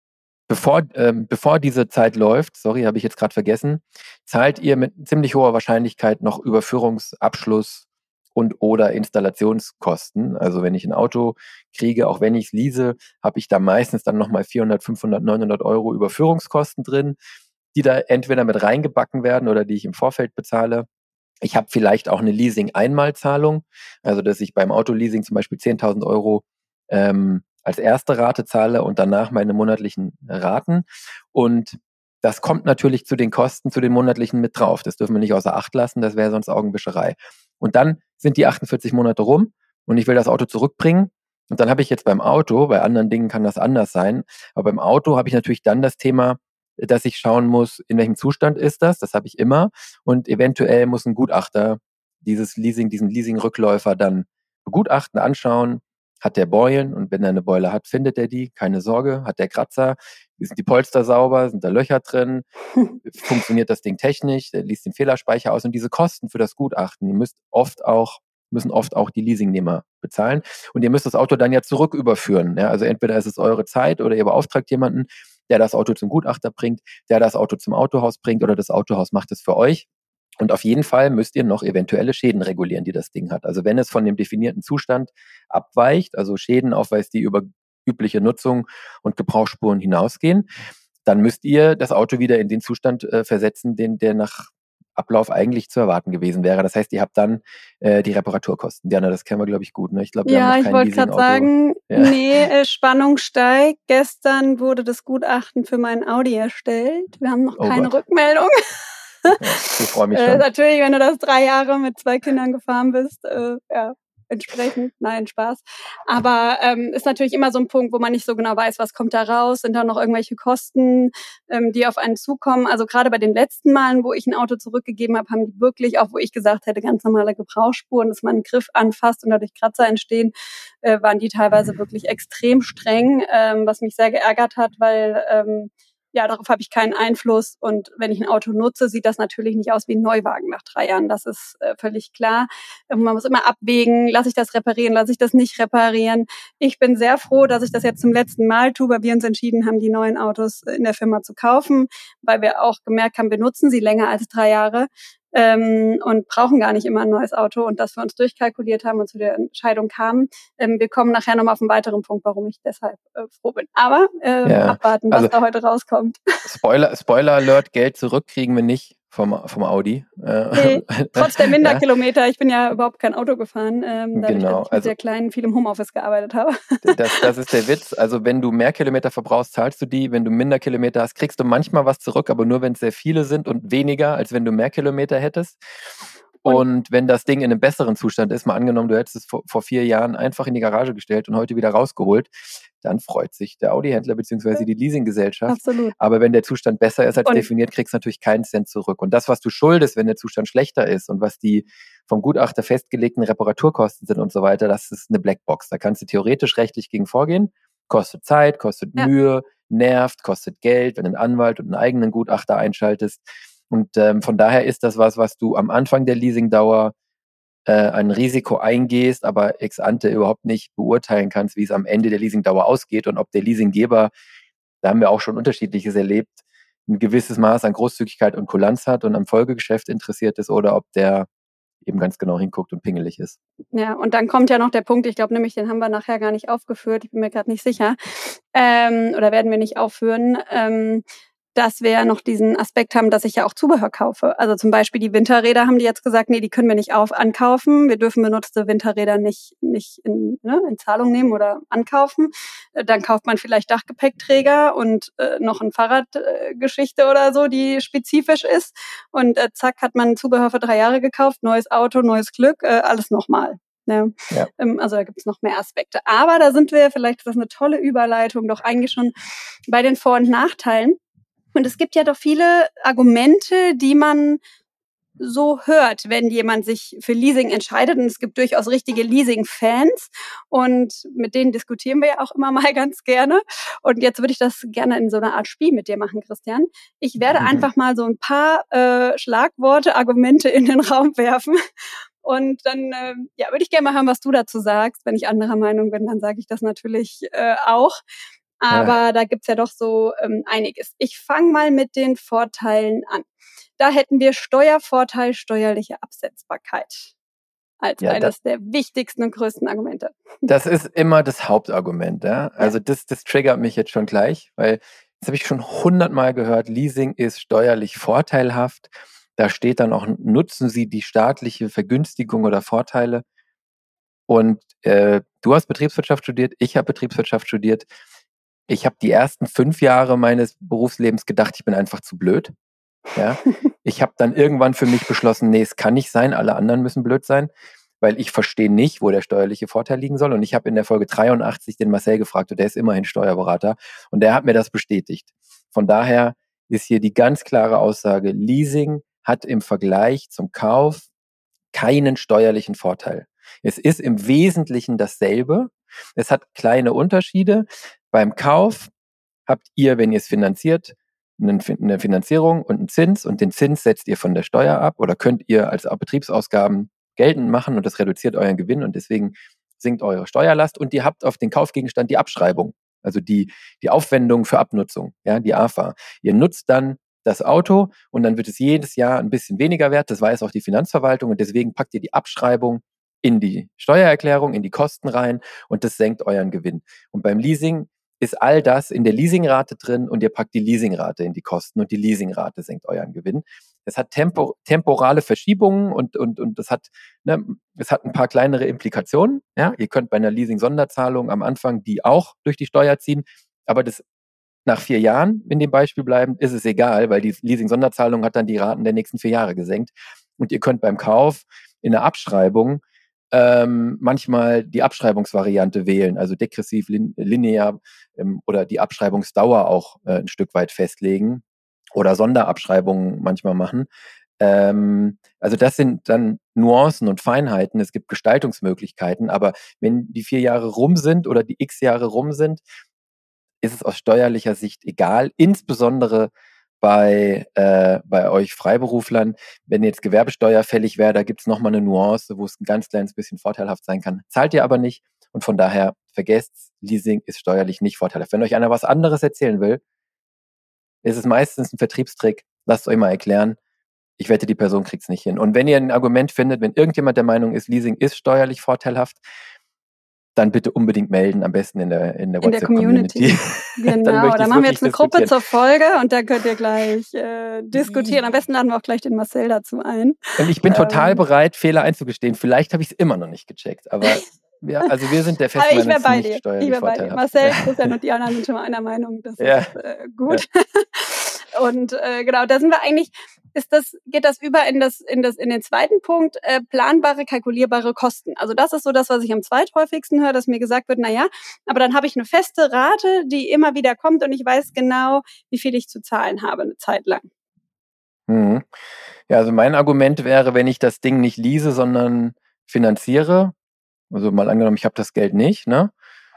bevor, ähm, bevor diese Zeit läuft, sorry, habe ich jetzt gerade vergessen, zahlt ihr mit ziemlich hoher Wahrscheinlichkeit noch Überführungsabschluss und oder Installationskosten. Also wenn ich ein Auto kriege, auch wenn ich es lease, habe ich da meistens dann nochmal vierhundert, fünfhundert, neunhundert Euro Überführungskosten drin, die da entweder mit reingebacken werden oder die ich im Vorfeld bezahle. Ich habe vielleicht auch eine Leasing-Einmalzahlung, also dass ich beim Autoleasing zum Beispiel zehntausend Euro ähm, als erste Rate zahle und danach meine monatlichen Raten. Und das kommt natürlich zu den Kosten, zu den monatlichen mit drauf. Das dürfen wir nicht außer Acht lassen, das wäre sonst Augenwischerei. Und dann sind die achtundvierzig Monate rum und ich will das Auto zurückbringen. Und dann habe ich jetzt beim Auto, bei anderen Dingen kann das anders sein, aber beim Auto habe ich natürlich dann das Thema, dass ich schauen muss, in welchem Zustand ist das, das habe ich immer. Und eventuell muss ein Gutachter dieses Leasing, diesen Leasing-Rückläufer dann begutachten, anschauen. Hat der Beulen? Und wenn er eine Beule hat, findet er die. Keine Sorge. Hat der Kratzer? Sind die Polster sauber? Sind da Löcher drin? Funktioniert das Ding technisch? Der liest den Fehlerspeicher aus. Und diese Kosten für das Gutachten, die müsst oft auch, müssen oft auch die Leasingnehmer bezahlen. Und ihr müsst das Auto dann ja zurücküberführen. Ja, also entweder ist es eure Zeit oder ihr beauftragt jemanden, der das Auto zum Gutachter bringt, der das Auto zum Autohaus bringt oder das Autohaus macht es für euch. Und auf jeden Fall müsst ihr noch eventuelle Schäden regulieren, die das Ding hat. Also wenn es von dem definierten Zustand abweicht, also Schäden aufweist, die über übliche Nutzung und Gebrauchsspuren hinausgehen, dann müsst ihr das Auto wieder in den Zustand äh, versetzen, den der nach Ablauf eigentlich zu erwarten gewesen wäre. Das heißt, ihr habt dann äh, die Reparaturkosten. Diana, das kennen wir, glaube ich, gut. Ne? Ich glaube, wir Ja, haben noch ich kein wollte gerade Leasing-Auto. sagen, Ja. nee, äh, Spannung steigt. Gestern wurde das Gutachten für meinen Audi erstellt. Wir haben noch Oh keine Gott. Rückmeldung. Ja, ich freue mich Äh, schon. natürlich, wenn du das drei Jahre mit zwei Kindern gefahren bist, äh, ja, entsprechend, nein, Spaß. Aber ähm, ist natürlich immer so ein Punkt, wo man nicht so genau weiß, was kommt da raus, sind da noch irgendwelche Kosten, ähm, die auf einen zukommen. Also gerade bei den letzten Malen, wo ich ein Auto zurückgegeben habe, haben die wirklich, auch wo ich gesagt hätte, ganz normale Gebrauchsspuren, dass man einen Griff anfasst und dadurch Kratzer entstehen, äh, waren die teilweise wirklich extrem streng, ähm, was mich sehr geärgert hat, weil ähm, ja, darauf habe ich keinen Einfluss. Und wenn ich ein Auto nutze, sieht das natürlich nicht aus wie ein Neuwagen nach drei Jahren. Das ist äh, völlig klar. Und man muss immer abwägen, lasse ich das reparieren, lasse ich das nicht reparieren. Ich bin sehr froh, dass ich das jetzt zum letzten Mal tue, weil wir uns entschieden haben, die neuen Autos in der Firma zu kaufen, weil wir auch gemerkt haben, wir nutzen sie länger als drei Jahre. Ähm, und brauchen gar nicht immer ein neues Auto und dass wir uns durchkalkuliert haben und zu der Entscheidung kamen. Ähm, wir kommen nachher nochmal auf einen weiteren Punkt, warum ich deshalb äh, froh bin. Aber äh, Ja, abwarten, was also da heute rauskommt. Spoiler, Spoiler Alert, Geld zurück kriegen wir nicht vom, vom Audi. Nee, trotz der Ja, Minderkilometer. Ich bin ja überhaupt kein Auto gefahren, ähm, dadurch, genau. dass ich mit Also der Kleinen viel im Homeoffice gearbeitet habe. das, das ist der Witz. Also wenn du mehr Kilometer verbrauchst, zahlst du die. Wenn du minder Kilometer hast, kriegst du manchmal was zurück, aber nur, wenn es sehr viele sind und weniger, als wenn du mehr Kilometer hättest. Und Und wenn das Ding in einem besseren Zustand ist, mal angenommen, du hättest es vor, vor vier Jahren einfach in die Garage gestellt und heute wieder rausgeholt, dann freut sich der Audi-Händler bzw. die Leasinggesellschaft. absolut. Aber wenn der Zustand besser ist als Und definiert, kriegst du natürlich keinen Cent zurück. Und das, was du schuldest, wenn der Zustand schlechter ist und was die vom Gutachter festgelegten Reparaturkosten sind und so weiter, das ist eine Blackbox. Da kannst du theoretisch rechtlich gegen vorgehen. Kostet Zeit, kostet ja, Mühe, nervt, kostet Geld, wenn du einen Anwalt und einen eigenen Gutachter einschaltest. Und ähm, von daher ist das was, was du am Anfang der Leasingdauer äh, ein Risiko eingehst, aber ex ante überhaupt nicht beurteilen kannst, wie es am Ende der Leasingdauer ausgeht und ob der Leasinggeber, da haben wir auch schon Unterschiedliches erlebt, ein gewisses Maß an Großzügigkeit und Kulanz hat und am Folgegeschäft interessiert ist oder ob der eben ganz genau hinguckt und pingelig ist. ja, und dann kommt ja noch der Punkt, ich glaube nämlich, den haben wir nachher gar nicht aufgeführt, ich bin mir gerade nicht sicher, ähm, oder werden wir nicht aufführen, ähm, dass wir ja noch diesen Aspekt haben, dass ich ja auch Zubehör kaufe. Also zum Beispiel die Winterräder haben die jetzt gesagt, nee, die können wir nicht auf ankaufen. Wir dürfen benutzte Winterräder nicht nicht in, ne, in Zahlung nehmen oder ankaufen. Dann kauft man vielleicht Dachgepäckträger und äh, noch eine Fahrradgeschichte äh, oder so, die spezifisch ist. Und äh, zack, hat man Zubehör für drei Jahre gekauft, neues Auto, neues Glück, äh, alles nochmal. Ja. Ja. Ähm, also da gibt es noch mehr Aspekte. Aber da sind wir, vielleicht ist das eine tolle Überleitung, doch eigentlich schon bei den Vor- und Nachteilen. Und es gibt ja doch viele Argumente, die man so hört, wenn jemand sich für Leasing entscheidet. Und es gibt durchaus richtige Leasing-Fans. Und mit denen diskutieren wir ja auch immer mal ganz gerne. Und jetzt würde ich das gerne in so einer Art Spiel mit dir machen, Christian. Ich werde Mhm. einfach mal so ein paar äh, Schlagworte, Argumente in den Raum werfen. Und dann äh, ja, würde ich gerne mal hören, was du dazu sagst. Wenn ich anderer Meinung bin, dann sage ich das natürlich äh, auch. Aber ja. da gibt's ja doch so ähm, einiges. Ich fange mal mit den Vorteilen an. Da hätten wir Steuervorteil, steuerliche Absetzbarkeit als ja, eines der wichtigsten und größten Argumente. Das ist immer das Hauptargument. Ja? Also ja. das, das triggert mich jetzt schon gleich, weil das habe ich schon hundertmal gehört, Leasing ist steuerlich vorteilhaft. Da steht dann auch, nutzen Sie die staatliche Vergünstigung oder Vorteile. Und äh, du hast Betriebswirtschaft studiert, ich habe Betriebswirtschaft studiert. Ich habe die ersten fünf Jahre meines Berufslebens gedacht, ich bin einfach zu blöd. Ja? Ich habe dann irgendwann für mich beschlossen, nee, es kann nicht sein, alle anderen müssen blöd sein, weil ich verstehe nicht, wo der steuerliche Vorteil liegen soll. Und ich habe in der Folge dreiundachtzig den Marcel gefragt, und der ist immerhin Steuerberater, und der hat mir das bestätigt. Von daher ist hier die ganz klare Aussage, Leasing hat im Vergleich zum Kauf keinen steuerlichen Vorteil. Es ist im Wesentlichen dasselbe. Es hat kleine Unterschiede. Beim Kauf habt ihr, wenn ihr es finanziert, eine Finanzierung und einen Zins, und den Zins setzt ihr von der Steuer ab oder könnt ihr als Betriebsausgaben geltend machen, und das reduziert euren Gewinn und deswegen sinkt eure Steuerlast, und ihr habt auf den Kaufgegenstand die Abschreibung, also die, die Aufwendung für Abnutzung, ja, die A F A. Ihr nutzt dann das Auto und dann wird es jedes Jahr ein bisschen weniger wert, das weiß auch die Finanzverwaltung, und deswegen packt ihr die Abschreibung in die Steuererklärung, in die Kosten rein, und das senkt euren Gewinn. Und beim Leasing ist all das in der Leasingrate drin, und ihr packt die Leasingrate in die Kosten, und die Leasingrate senkt euren Gewinn. Es hat tempo, temporale Verschiebungen und, und, und das hat, ne, es hat ein paar kleinere Implikationen. Ja? Ihr könnt bei einer Leasing-Sonderzahlung am Anfang die auch durch die Steuer ziehen, aber das nach vier Jahren, in dem Beispiel bleiben, ist es egal, weil die Leasing-Sonderzahlung hat dann die Raten der nächsten vier Jahre gesenkt. Und ihr könnt beim Kauf in der Abschreibung ähm, manchmal die Abschreibungsvariante wählen, also degressiv, lin- linear ähm, oder die Abschreibungsdauer auch äh, ein Stück weit festlegen oder Sonderabschreibungen manchmal machen. Ähm, also das sind dann Nuancen und Feinheiten. Es gibt Gestaltungsmöglichkeiten, aber wenn die vier Jahre rum sind oder die x Jahre rum sind, ist es aus steuerlicher Sicht egal, insbesondere bei, äh, bei euch Freiberuflern. Wenn jetzt Gewerbesteuer fällig wäre, da gibt es nochmal eine Nuance, wo es ein ganz kleines bisschen vorteilhaft sein kann. Zahlt ihr aber nicht, und von daher vergesst, Leasing ist steuerlich nicht vorteilhaft. Wenn euch einer was anderes erzählen will, ist es meistens ein Vertriebstrick. Lasst euch mal erklären. Ich wette, die Person kriegt es nicht hin. Und wenn ihr ein Argument findet, wenn irgendjemand der Meinung ist, Leasing ist steuerlich vorteilhaft, dann bitte unbedingt melden, am besten in der, in der in WhatsApp-Community. Genau, da machen wir jetzt eine Gruppe zur Folge, und da könnt ihr gleich äh, diskutieren. Am besten laden wir auch gleich den Marcel dazu ein. Und ich bin ähm, total bereit, Fehler einzugestehen. Vielleicht habe ich es immer noch nicht gecheckt, aber wir, also wir sind der festen Meinung, es ist nicht steuerlich vorteilhaft. Marcel, Christian und die anderen sind schon mal einer Meinung, das ja. ist äh, gut. Ja. Und äh, genau, da sind wir eigentlich, ist das, geht das über in das, in das, in den zweiten Punkt, äh, planbare, kalkulierbare Kosten. Also das ist so das, was ich am zweithäufigsten höre, dass mir gesagt wird, na ja, aber dann habe ich eine feste Rate, die immer wieder kommt, und ich weiß genau, wie viel ich zu zahlen habe, eine Zeit lang. Mhm. Ja, also mein Argument wäre, wenn ich das Ding nicht lease, sondern finanziere, also mal angenommen, ich habe das Geld nicht, ne?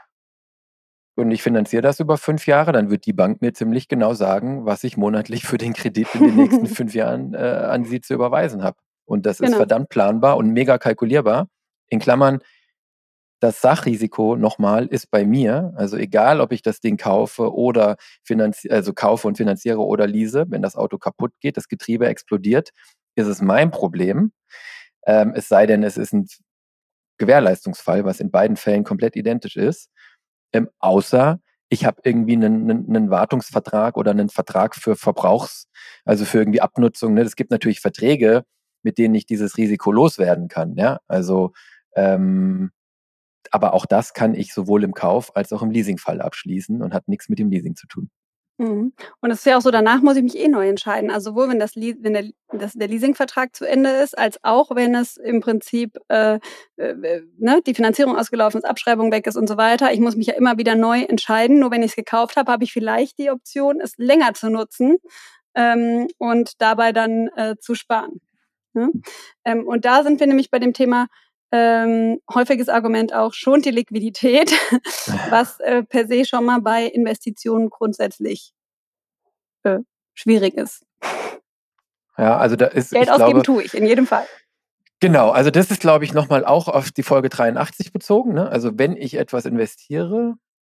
Und ich finanziere das über fünf Jahre, dann wird die Bank mir ziemlich genau sagen, was ich monatlich für den Kredit in den nächsten fünf Jahren äh, an sie zu überweisen habe. Und das genau. ist verdammt planbar und mega kalkulierbar. In Klammern, das Sachrisiko nochmal ist bei mir, also egal, ob ich das Ding kaufe oder finanzi- also kaufe und finanziere oder lease, wenn das Auto kaputt geht, das Getriebe explodiert, ist es mein Problem. Ähm, es sei denn, es ist ein Gewährleistungsfall, was in beiden Fällen komplett identisch ist. Ähm, außer ich habe irgendwie einen, einen, einen Wartungsvertrag oder einen Vertrag für Verbrauchs, also für irgendwie Abnutzung. Ne? Es gibt natürlich Verträge, mit denen ich dieses Risiko loswerden kann. Ja, also ähm, aber auch das kann ich sowohl im Kauf als auch im Leasingfall abschließen und hat nichts mit dem Leasing zu tun. Mhm. Und es ist ja auch so, danach muss ich mich eh neu entscheiden. Also sowohl wenn, das, wenn der, das, der Leasingvertrag zu Ende ist, als auch wenn es im Prinzip äh, äh, ne, die Finanzierung ausgelaufen ist, Abschreibung weg ist und so weiter. Ich muss mich ja immer wieder neu entscheiden. Nur wenn ich es gekauft habe, habe ich vielleicht die Option, es länger zu nutzen ähm, und dabei dann äh, zu sparen. Ja? Ähm, und da sind wir nämlich bei dem Thema, Ähm, häufiges Argument auch, schont die Liquidität, was äh, per se schon mal bei Investitionen grundsätzlich äh, schwierig ist. Ja, also da ist Geld ich ausgeben glaube, tue ich, in jedem Fall. Genau, also das ist, glaube ich, nochmal auch auf die Folge dreiundachtzig bezogen. Ne? Also wenn ich etwas investiere,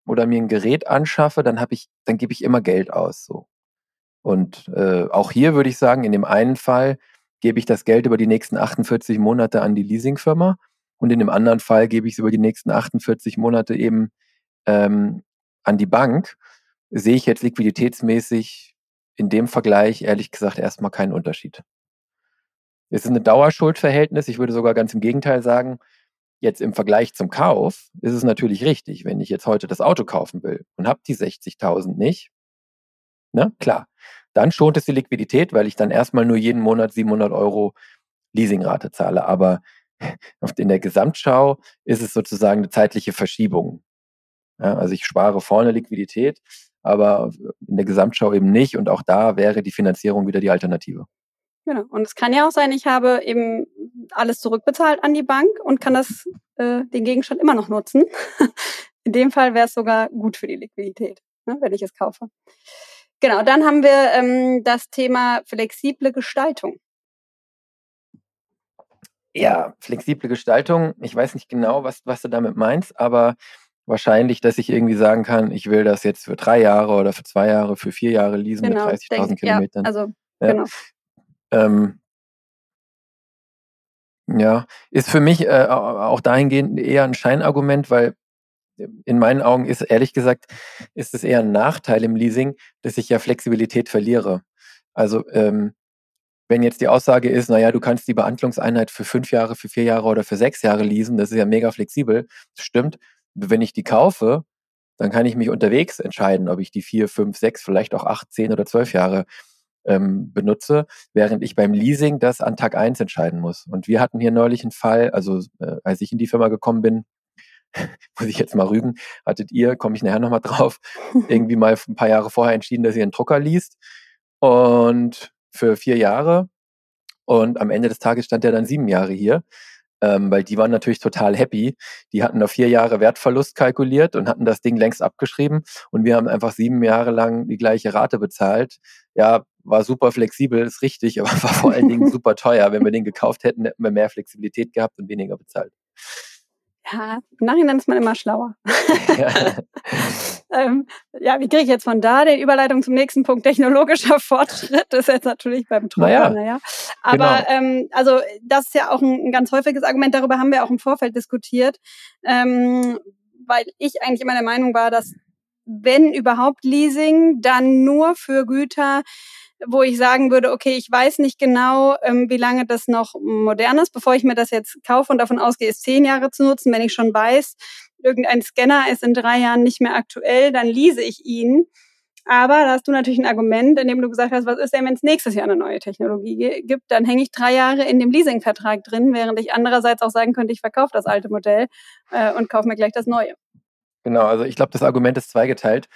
oder mir ein Gerät anschaffe, dann habe ich, dann gebe ich immer Geld aus. So. Und äh, auch hier würde ich sagen, in dem einen Fall gebe ich das Geld über die nächsten achtundvierzig Monate an die Leasingfirma und in dem anderen Fall gebe ich es über die nächsten achtundvierzig Monate eben ähm, an die Bank. Sehe ich jetzt liquiditätsmäßig in dem Vergleich ehrlich gesagt erstmal keinen Unterschied. Es ist ein Dauerschuldverhältnis. Ich würde sogar ganz im Gegenteil sagen, jetzt im Vergleich zum Kauf ist es natürlich richtig, wenn ich jetzt heute das Auto kaufen will und habe die sechzigtausend nicht, ne, klar, dann schont es die Liquidität, weil ich dann erstmal nur jeden Monat siebenhundert Euro Leasingrate zahle. Aber in der Gesamtschau ist es sozusagen eine zeitliche Verschiebung. Ja, also ich spare vorne Liquidität, aber in der Gesamtschau eben nicht. Und auch da wäre die Finanzierung wieder die Alternative. Genau. Und es kann ja auch sein, ich habe eben alles zurückbezahlt an die Bank und kann das, äh, den Gegenstand immer noch nutzen. In dem Fall wäre es sogar gut für die Liquidität, ne, wenn ich es kaufe. Genau, dann haben wir ähm, das Thema flexible Gestaltung. Ja, flexible Gestaltung. Ich weiß nicht genau, was, was du damit meinst, aber wahrscheinlich, dass ich irgendwie sagen kann, ich will das jetzt für drei Jahre oder für zwei Jahre, für vier Jahre leasen Genau, mit dreißigtausend Kilometern. Ja, also, ja. genau. Ähm, ja, ist für mich äh, auch dahingehend eher ein Scheinargument, weil in meinen Augen ist, ehrlich gesagt, ist es eher ein Nachteil im Leasing, dass ich ja Flexibilität verliere. Also ähm, wenn jetzt die Aussage ist, naja, du kannst die Behandlungseinheit für fünf Jahre, für vier Jahre oder für sechs Jahre leasen, das ist ja mega flexibel, das stimmt. Wenn ich die kaufe, dann kann ich mich unterwegs entscheiden, ob ich die vier, fünf, sechs, vielleicht auch acht, zehn oder zwölf Jahre ähm, benutze, während ich beim Leasing das an Tag eins entscheiden muss. Und wir hatten hier neulich einen Fall, also äh, als ich in die Firma gekommen bin, muss ich jetzt mal rügen, hattet ihr, komme ich nachher nochmal drauf, irgendwie mal ein paar Jahre vorher entschieden, dass ihr einen Drucker liest und für vier Jahre und am Ende des Tages stand der dann sieben Jahre hier, ähm, weil die waren natürlich total happy. Die hatten auf vier Jahre Wertverlust kalkuliert und hatten das Ding längst abgeschrieben und wir haben einfach sieben Jahre lang die gleiche Rate bezahlt. Ja, war super flexibel, ist richtig, aber war vor allen Dingen super teuer. Wenn wir den gekauft hätten, hätten wir mehr Flexibilität gehabt und weniger bezahlt. Ja, im Nachhinein ist man immer schlauer. Ja. ähm, ja, wie kriege ich jetzt von da die Überleitung zum nächsten Punkt? Technologischer Fortschritt das ist jetzt natürlich beim Drucker, naja. naja. Aber genau. ähm, also das ist ja auch ein, ein ganz häufiges Argument, darüber haben wir auch im Vorfeld diskutiert, ähm, weil ich eigentlich immer der Meinung war, dass wenn überhaupt Leasing, dann nur für Güter, wo ich sagen würde, okay, ich weiß nicht genau, ähm, wie lange das noch modern ist, bevor ich mir das jetzt kaufe und davon ausgehe, es zehn Jahre zu nutzen. Wenn ich schon weiß, irgendein Scanner ist in drei Jahren nicht mehr aktuell, dann lease ich ihn. Aber da hast du natürlich ein Argument, in dem du gesagt hast, was ist denn, wenn es nächstes Jahr eine neue Technologie g- gibt? Dann hänge ich drei Jahre in dem Leasingvertrag drin, während ich andererseits auch sagen könnte, ich verkaufe das alte Modell äh, und kaufe mir gleich das neue. Genau, also ich glaube, das Argument ist zweigeteilt.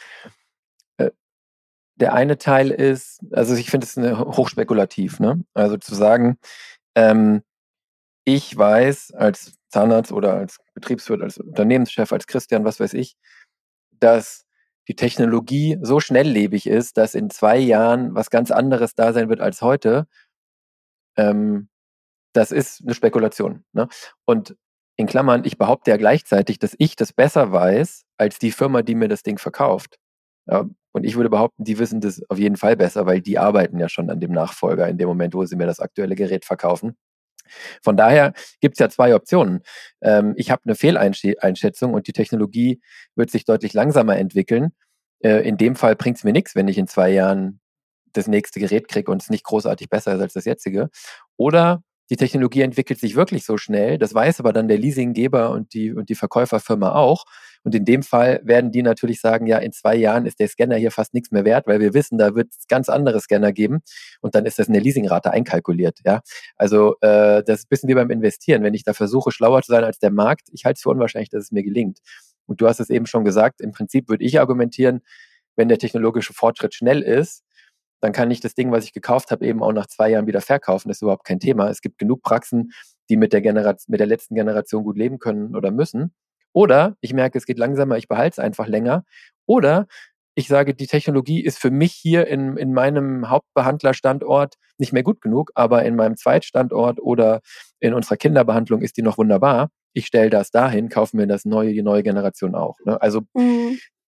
Der eine Teil ist, also ich finde es hochspekulativ, ne? Also zu sagen, ähm, ich weiß als Zahnarzt oder als Betriebswirt, als Unternehmenschef, als Christian, was weiß ich, dass die Technologie so schnelllebig ist, dass in zwei Jahren was ganz anderes da sein wird als heute. Ähm, das ist eine Spekulation, ne? Und in Klammern, ich behaupte ja gleichzeitig, dass ich das besser weiß als die Firma, die mir das Ding verkauft. Ja, und ich würde behaupten, die wissen das auf jeden Fall besser, weil die arbeiten ja schon an dem Nachfolger in dem Moment, wo sie mir das aktuelle Gerät verkaufen. Von daher gibt es ja zwei Optionen. Ähm, ich habe eine Fehleinschätzung und die Technologie wird sich deutlich langsamer entwickeln. Äh, in dem Fall bringt es mir nichts, wenn ich in zwei Jahren das nächste Gerät kriege und es nicht großartig besser ist als das jetzige. Oder die Technologie entwickelt sich wirklich so schnell, das weiß aber dann der Leasinggeber und die, und die Verkäuferfirma auch. Und in dem Fall werden die natürlich sagen, ja, in zwei Jahren ist der Scanner hier fast nichts mehr wert, weil wir wissen, da wird es ganz andere Scanner geben und dann ist das in der Leasingrate einkalkuliert. Ja? Also äh, das ist ein bisschen wie beim Investieren. Wenn ich da versuche, schlauer zu sein als der Markt, ich halte es für unwahrscheinlich, dass es mir gelingt. Und du hast es eben schon gesagt, im Prinzip würde ich argumentieren, wenn der technologische Fortschritt schnell ist, dann kann ich das Ding, was ich gekauft habe, eben auch nach zwei Jahren wieder verkaufen. Das ist überhaupt kein Thema. Es gibt genug Praxen, die mit der, Generation, mit der letzten Generation gut leben können oder müssen. Oder ich merke, es geht langsamer, ich behalte es einfach länger. Oder ich sage, die Technologie ist für mich hier in, in meinem Hauptbehandlerstandort nicht mehr gut genug, aber in meinem Zweitstandort oder in unserer Kinderbehandlung ist die noch wunderbar. Ich stelle das dahin, kaufe mir das neue, die neue Generation auch. Ne? Also mhm.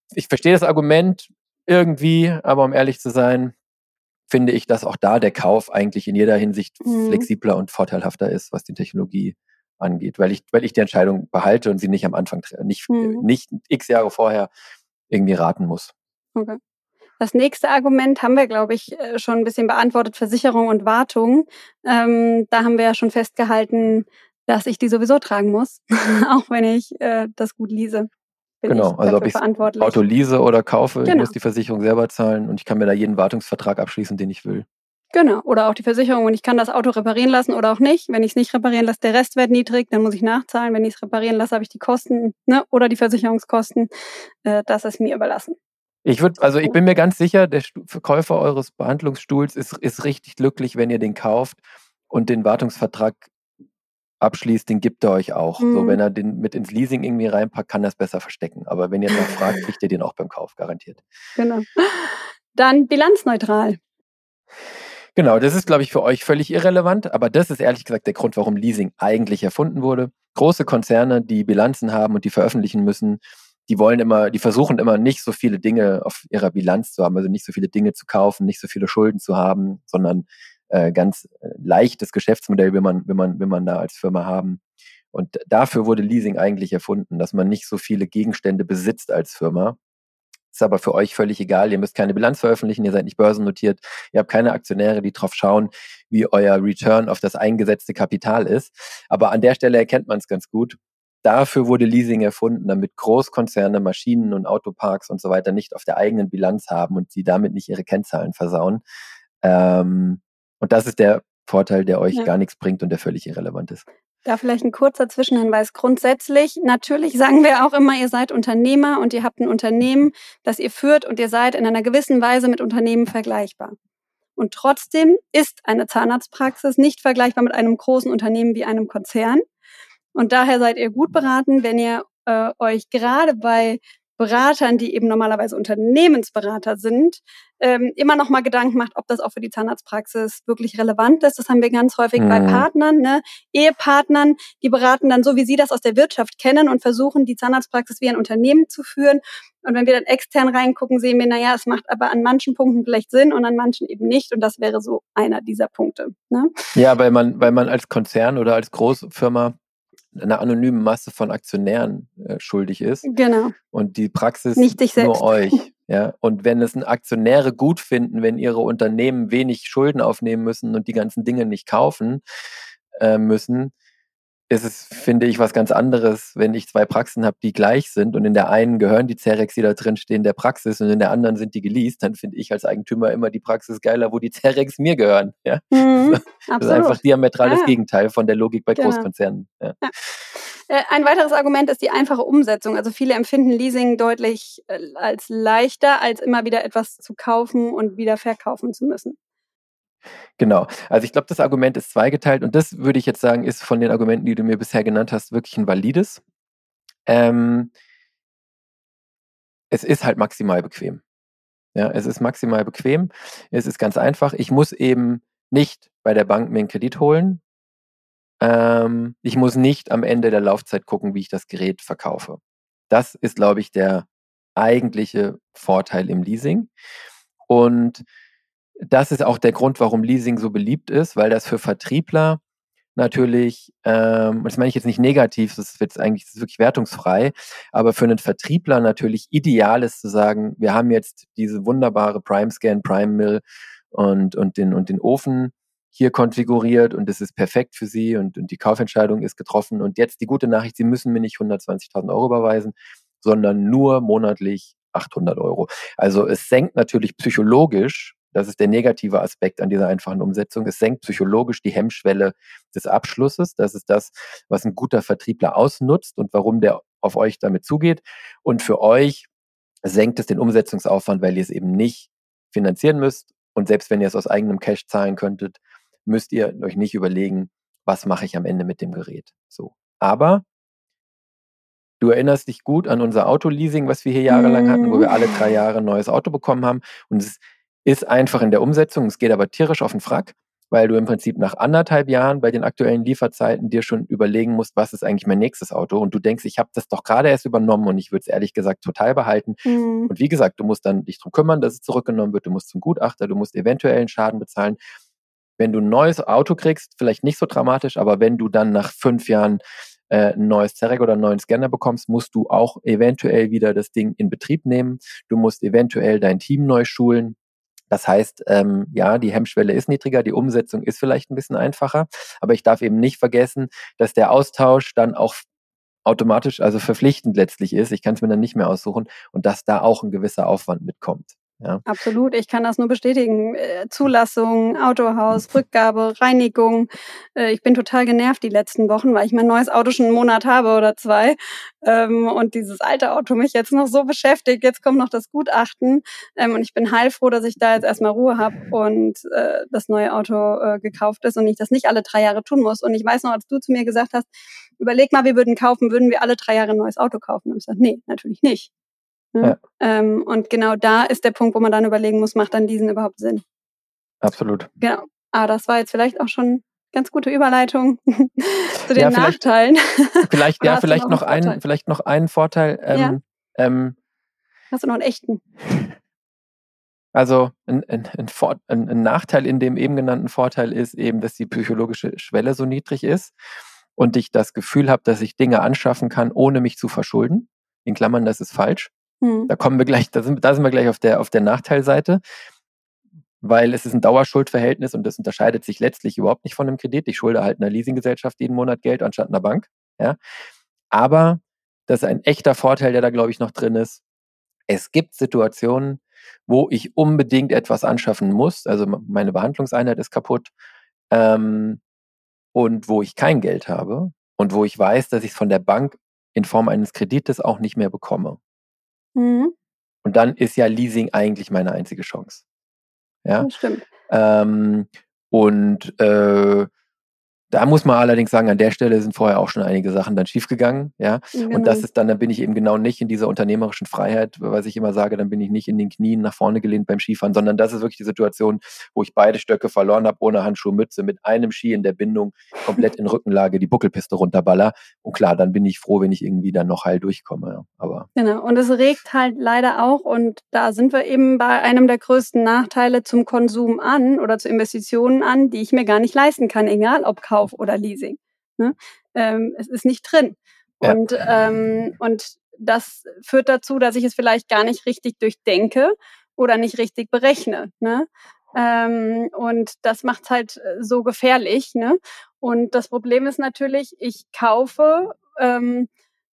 ich verstehe das Argument irgendwie, aber um ehrlich zu sein, finde ich, dass auch da der Kauf eigentlich in jeder Hinsicht Mhm. flexibler und vorteilhafter ist, was die Technologie angeht, weil ich, weil ich die Entscheidung behalte und sie nicht am Anfang, nicht, Mhm. nicht x Jahre vorher irgendwie raten muss. Okay. Das nächste Argument haben wir, glaube ich, äh, schon ein bisschen beantwortet, Versicherung und Wartung. Ähm, da haben wir ja schon festgehalten, dass ich die sowieso tragen muss, auch wenn ich äh, das gut lease. Bin Genau, ich also ob dafür ich verantwortlich. Auto lease oder kaufe, ich Genau. muss die Versicherung selber zahlen und ich kann mir da jeden Wartungsvertrag abschließen, den ich will. Genau, oder auch die Versicherung. Und ich kann das Auto reparieren lassen oder auch nicht. Wenn ich es nicht reparieren lasse, der Restwert niedrig, dann muss ich nachzahlen. Wenn ich es reparieren lasse, habe ich die Kosten, ne, oder die Versicherungskosten. Äh, das ist mir überlassen. Ich würde, also ich bin mir ganz sicher, der Stu- Verkäufer eures Behandlungsstuhls ist, ist richtig glücklich, wenn ihr den kauft und den Wartungsvertrag abschließt, den gibt er euch auch. Mhm. So, wenn er den mit ins Leasing irgendwie reinpackt, kann er es besser verstecken. Aber wenn ihr danach fragt, kriegt ihr den auch beim Kauf, garantiert. Genau. Dann bilanzneutral. Genau, das ist, glaube ich, für euch völlig irrelevant, aber das ist ehrlich gesagt der Grund, warum Leasing eigentlich erfunden wurde. Große Konzerne, die Bilanzen haben und die veröffentlichen müssen, die wollen immer, die versuchen immer nicht so viele Dinge auf ihrer Bilanz zu haben, also nicht so viele Dinge zu kaufen, nicht so viele Schulden zu haben, sondern äh, ganz äh, leichtes Geschäftsmodell will man, will man, will man da als Firma haben. Und dafür wurde Leasing eigentlich erfunden, dass man nicht so viele Gegenstände besitzt als Firma. Ist aber für euch völlig egal. Ihr müsst keine Bilanz veröffentlichen, ihr seid nicht börsennotiert, ihr habt keine Aktionäre, die drauf schauen, wie euer Return auf das eingesetzte Kapital ist. Aber an der Stelle erkennt man es ganz gut. Dafür wurde Leasing erfunden, damit Großkonzerne, Maschinen und Autoparks und so weiter nicht auf der eigenen Bilanz haben und sie damit nicht ihre Kennzahlen versauen. Ähm, und das ist der Vorteil, der euch Ja. gar nichts bringt und der völlig irrelevant ist. Da vielleicht ein kurzer Zwischenhinweis. Grundsätzlich, natürlich sagen wir auch immer, ihr seid Unternehmer und ihr habt ein Unternehmen, das ihr führt und ihr seid in einer gewissen Weise mit Unternehmen vergleichbar. Und trotzdem ist eine Zahnarztpraxis nicht vergleichbar mit einem großen Unternehmen wie einem Konzern. Und daher seid ihr gut beraten, wenn ihr äh, euch gerade bei Beratern, die eben normalerweise Unternehmensberater sind, ähm, immer noch mal Gedanken macht, ob das auch für die Zahnarztpraxis wirklich relevant ist. Das haben wir ganz häufig Mhm. bei Partnern, ne? Ehepartnern, die beraten dann so, wie sie das aus der Wirtschaft kennen und versuchen, die Zahnarztpraxis wie ein Unternehmen zu führen. Und wenn wir dann extern reingucken, sehen wir, naja, es macht aber an manchen Punkten vielleicht Sinn und an manchen eben nicht. Und das wäre so einer dieser Punkte. Ne? Ja, weil man, weil man als Konzern oder als Großfirma einer anonymen Masse von Aktionären äh, schuldig ist. Genau. Und die Praxis Nicht dich selbst. nur euch. Ja? Und wenn es ein Aktionäre gut finden, wenn ihre Unternehmen wenig Schulden aufnehmen müssen und die ganzen Dinge nicht kaufen äh, müssen, ist es, finde ich, was ganz anderes, wenn ich zwei Praxen habe, die gleich sind und in der einen gehören die Cerex, die da drin stehen, der Praxis und in der anderen sind die geleast, dann finde ich als Eigentümer immer die Praxis geiler, wo die Cerex mir gehören. Ja? Mhm, das absolut. ist einfach diametral Ja. das Gegenteil von der Logik bei Genau. Großkonzernen. Ja. Ja. Äh, Ein weiteres Argument ist die einfache Umsetzung. Also viele empfinden Leasing deutlich äh, als leichter, als immer wieder etwas zu kaufen und wieder verkaufen zu müssen. Genau. Also ich glaube, das Argument ist zweigeteilt und das würde ich jetzt sagen, ist von den Argumenten, die du mir bisher genannt hast, wirklich ein valides. Ähm, es ist halt maximal bequem. Ja, es ist maximal bequem. Es ist ganz einfach. Ich muss eben nicht bei der Bank mir einen Kredit holen. Ähm, ich muss nicht am Ende der Laufzeit gucken, wie ich das Gerät verkaufe. Das ist, glaube ich, der eigentliche Vorteil im Leasing. Und das ist auch der Grund, warum Leasing so beliebt ist, weil das für Vertriebler natürlich, ähm, das meine ich jetzt nicht negativ, das ist jetzt eigentlich das ist wirklich wertungsfrei, aber für einen Vertriebler natürlich ideal ist zu sagen, wir haben jetzt diese wunderbare Prime-Scan, Prime-Mill und, und, den, und den Ofen hier konfiguriert und es ist perfekt für Sie und, und die Kaufentscheidung ist getroffen und jetzt die gute Nachricht, Sie müssen mir nicht hundertzwanzigtausend Euro überweisen, sondern nur monatlich achthundert Euro. Also es senkt natürlich psychologisch, das ist der negative Aspekt an dieser einfachen Umsetzung, es senkt psychologisch die Hemmschwelle des Abschlusses. Das ist das, was ein guter Vertriebler ausnutzt und warum der auf euch damit zugeht. Und für euch senkt es den Umsetzungsaufwand, weil ihr es eben nicht finanzieren müsst. Und selbst wenn ihr es aus eigenem Cash zahlen könntet, müsst ihr euch nicht überlegen, was mache ich am Ende mit dem Gerät. So. Aber du erinnerst dich gut an unser Autoleasing, was wir hier jahrelang hatten, wo wir alle drei Jahre ein neues Auto bekommen haben. Und es ist einfach in der Umsetzung, es geht aber tierisch auf den Frack. weil du im Prinzip nach anderthalb Jahren bei den aktuellen Lieferzeiten dir schon überlegen musst, was ist eigentlich mein nächstes Auto? Und du denkst, ich habe das doch gerade erst übernommen und ich würde es ehrlich gesagt total behalten. Mhm. Und wie gesagt, du musst dann dich darum kümmern, dass es zurückgenommen wird, du musst zum Gutachter, du musst eventuell einen Schaden bezahlen. Wenn du ein neues Auto kriegst, vielleicht nicht so dramatisch, aber wenn du dann nach fünf Jahren äh, ein neues Zerek oder einen neuen Scanner bekommst, musst du auch eventuell wieder das Ding in Betrieb nehmen. Du musst eventuell dein Team neu schulen. Das heißt, ähm, ja, die Hemmschwelle ist niedriger, die Umsetzung ist vielleicht ein bisschen einfacher, aber ich darf eben nicht vergessen, dass der Austausch dann auch automatisch, also verpflichtend letztlich ist. Ich kann es mir dann nicht mehr aussuchen und dass da auch ein gewisser Aufwand mitkommt. Ja. Absolut, ich kann das nur bestätigen. Äh, Zulassung, Autohaus, Rückgabe, Reinigung. Äh, ich bin total genervt die letzten Wochen, weil ich mein neues Auto schon einen Monat habe oder zwei. Ähm, und dieses alte Auto mich jetzt noch so beschäftigt. Jetzt kommt noch das Gutachten. Ähm, und ich bin heilfroh, dass ich da jetzt erstmal Ruhe habe und äh, das neue Auto äh, gekauft ist und ich das nicht alle drei Jahre tun muss. Und ich weiß noch, als du zu mir gesagt hast, überleg mal, wir würden kaufen, würden wir alle drei Jahre ein neues Auto kaufen? Und ich gesagt, nee, natürlich nicht. Ja. Ähm, und genau da ist der Punkt, wo man dann überlegen muss, macht dann diesen überhaupt Sinn? Absolut. Genau. Ah, das war jetzt vielleicht auch schon ganz gute Überleitung zu den ja, vielleicht, Nachteilen. Vielleicht, ja, vielleicht noch, noch einen, vielleicht noch einen Vorteil. Ähm, ja. ähm, Hast du noch einen echten? Also ein, ein, ein, Vor- ein, ein Nachteil in dem eben genannten Vorteil ist eben, dass die psychologische Schwelle so niedrig ist und ich das Gefühl habe, dass ich Dinge anschaffen kann, ohne mich zu verschulden. In Klammern, das ist falsch. Hm. Da kommen wir gleich, da sind, da sind wir gleich auf der, auf der Nachteilseite, weil es ist ein Dauerschuldverhältnis und das unterscheidet sich letztlich überhaupt nicht von einem Kredit. Ich schulde halt einer Leasinggesellschaft jeden Monat Geld anstatt einer Bank. Ja? Aber das ist ein echter Vorteil, der da, glaube ich, noch drin ist. Es gibt Situationen, wo ich unbedingt etwas anschaffen muss, also meine Behandlungseinheit ist kaputt, ähm, und wo ich kein Geld habe und wo ich weiß, dass ich es von der Bank in Form eines Kredites auch nicht mehr bekomme. Mhm. Und dann ist ja Leasing eigentlich meine einzige Chance. Ja, das stimmt. Ähm, und äh, da muss man allerdings sagen, an der Stelle sind vorher auch schon einige Sachen dann schiefgegangen, ja. Genau. Und das ist dann, dann bin ich eben genau nicht in dieser unternehmerischen Freiheit, was ich immer sage, dann bin ich nicht in den Knien nach vorne gelehnt beim Skifahren, sondern das ist wirklich die Situation, wo ich beide Stöcke verloren habe, ohne Handschuh, Mütze, mit einem Ski in der Bindung, komplett in Rückenlage, die Buckelpiste runterballer. Und klar, dann bin ich froh, wenn ich irgendwie dann noch heil durchkomme. Ja. Aber genau, und es regt halt leider auch, und da sind wir eben bei einem der größten Nachteile zum Konsum an oder zu Investitionen an, die ich mir gar nicht leisten kann, egal ob Kauf oder Leasing. Ne? Ähm, es ist nicht drin. Ja. Und, ähm, und das führt dazu, dass ich es vielleicht gar nicht richtig durchdenke oder nicht richtig berechne. Ne? Ähm, und das macht es halt so gefährlich. Ne? Und das Problem ist natürlich, ich kaufe ähm,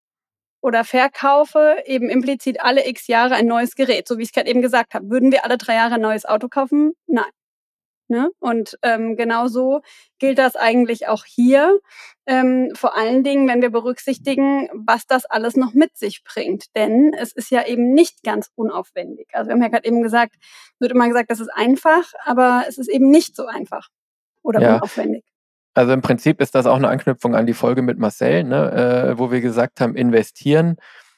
oder verkaufe eben implizit alle x Jahre ein neues Gerät, so wie ich es gerade eben gesagt habe. Würden wir alle drei Jahre ein neues Auto kaufen? Nein. Ne? Und ähm, genauso gilt das eigentlich auch hier. Ähm, vor allen Dingen, wenn wir berücksichtigen, was das alles noch mit sich bringt. Denn es ist ja eben nicht ganz unaufwendig. Also wir haben ja gerade eben gesagt, wird immer gesagt, das ist einfach, aber es ist eben nicht so einfach oder ja. unaufwendig. Also im Prinzip ist das auch eine Anknüpfung an die Folge mit Marcel, ne, äh, wo wir gesagt haben, investieren,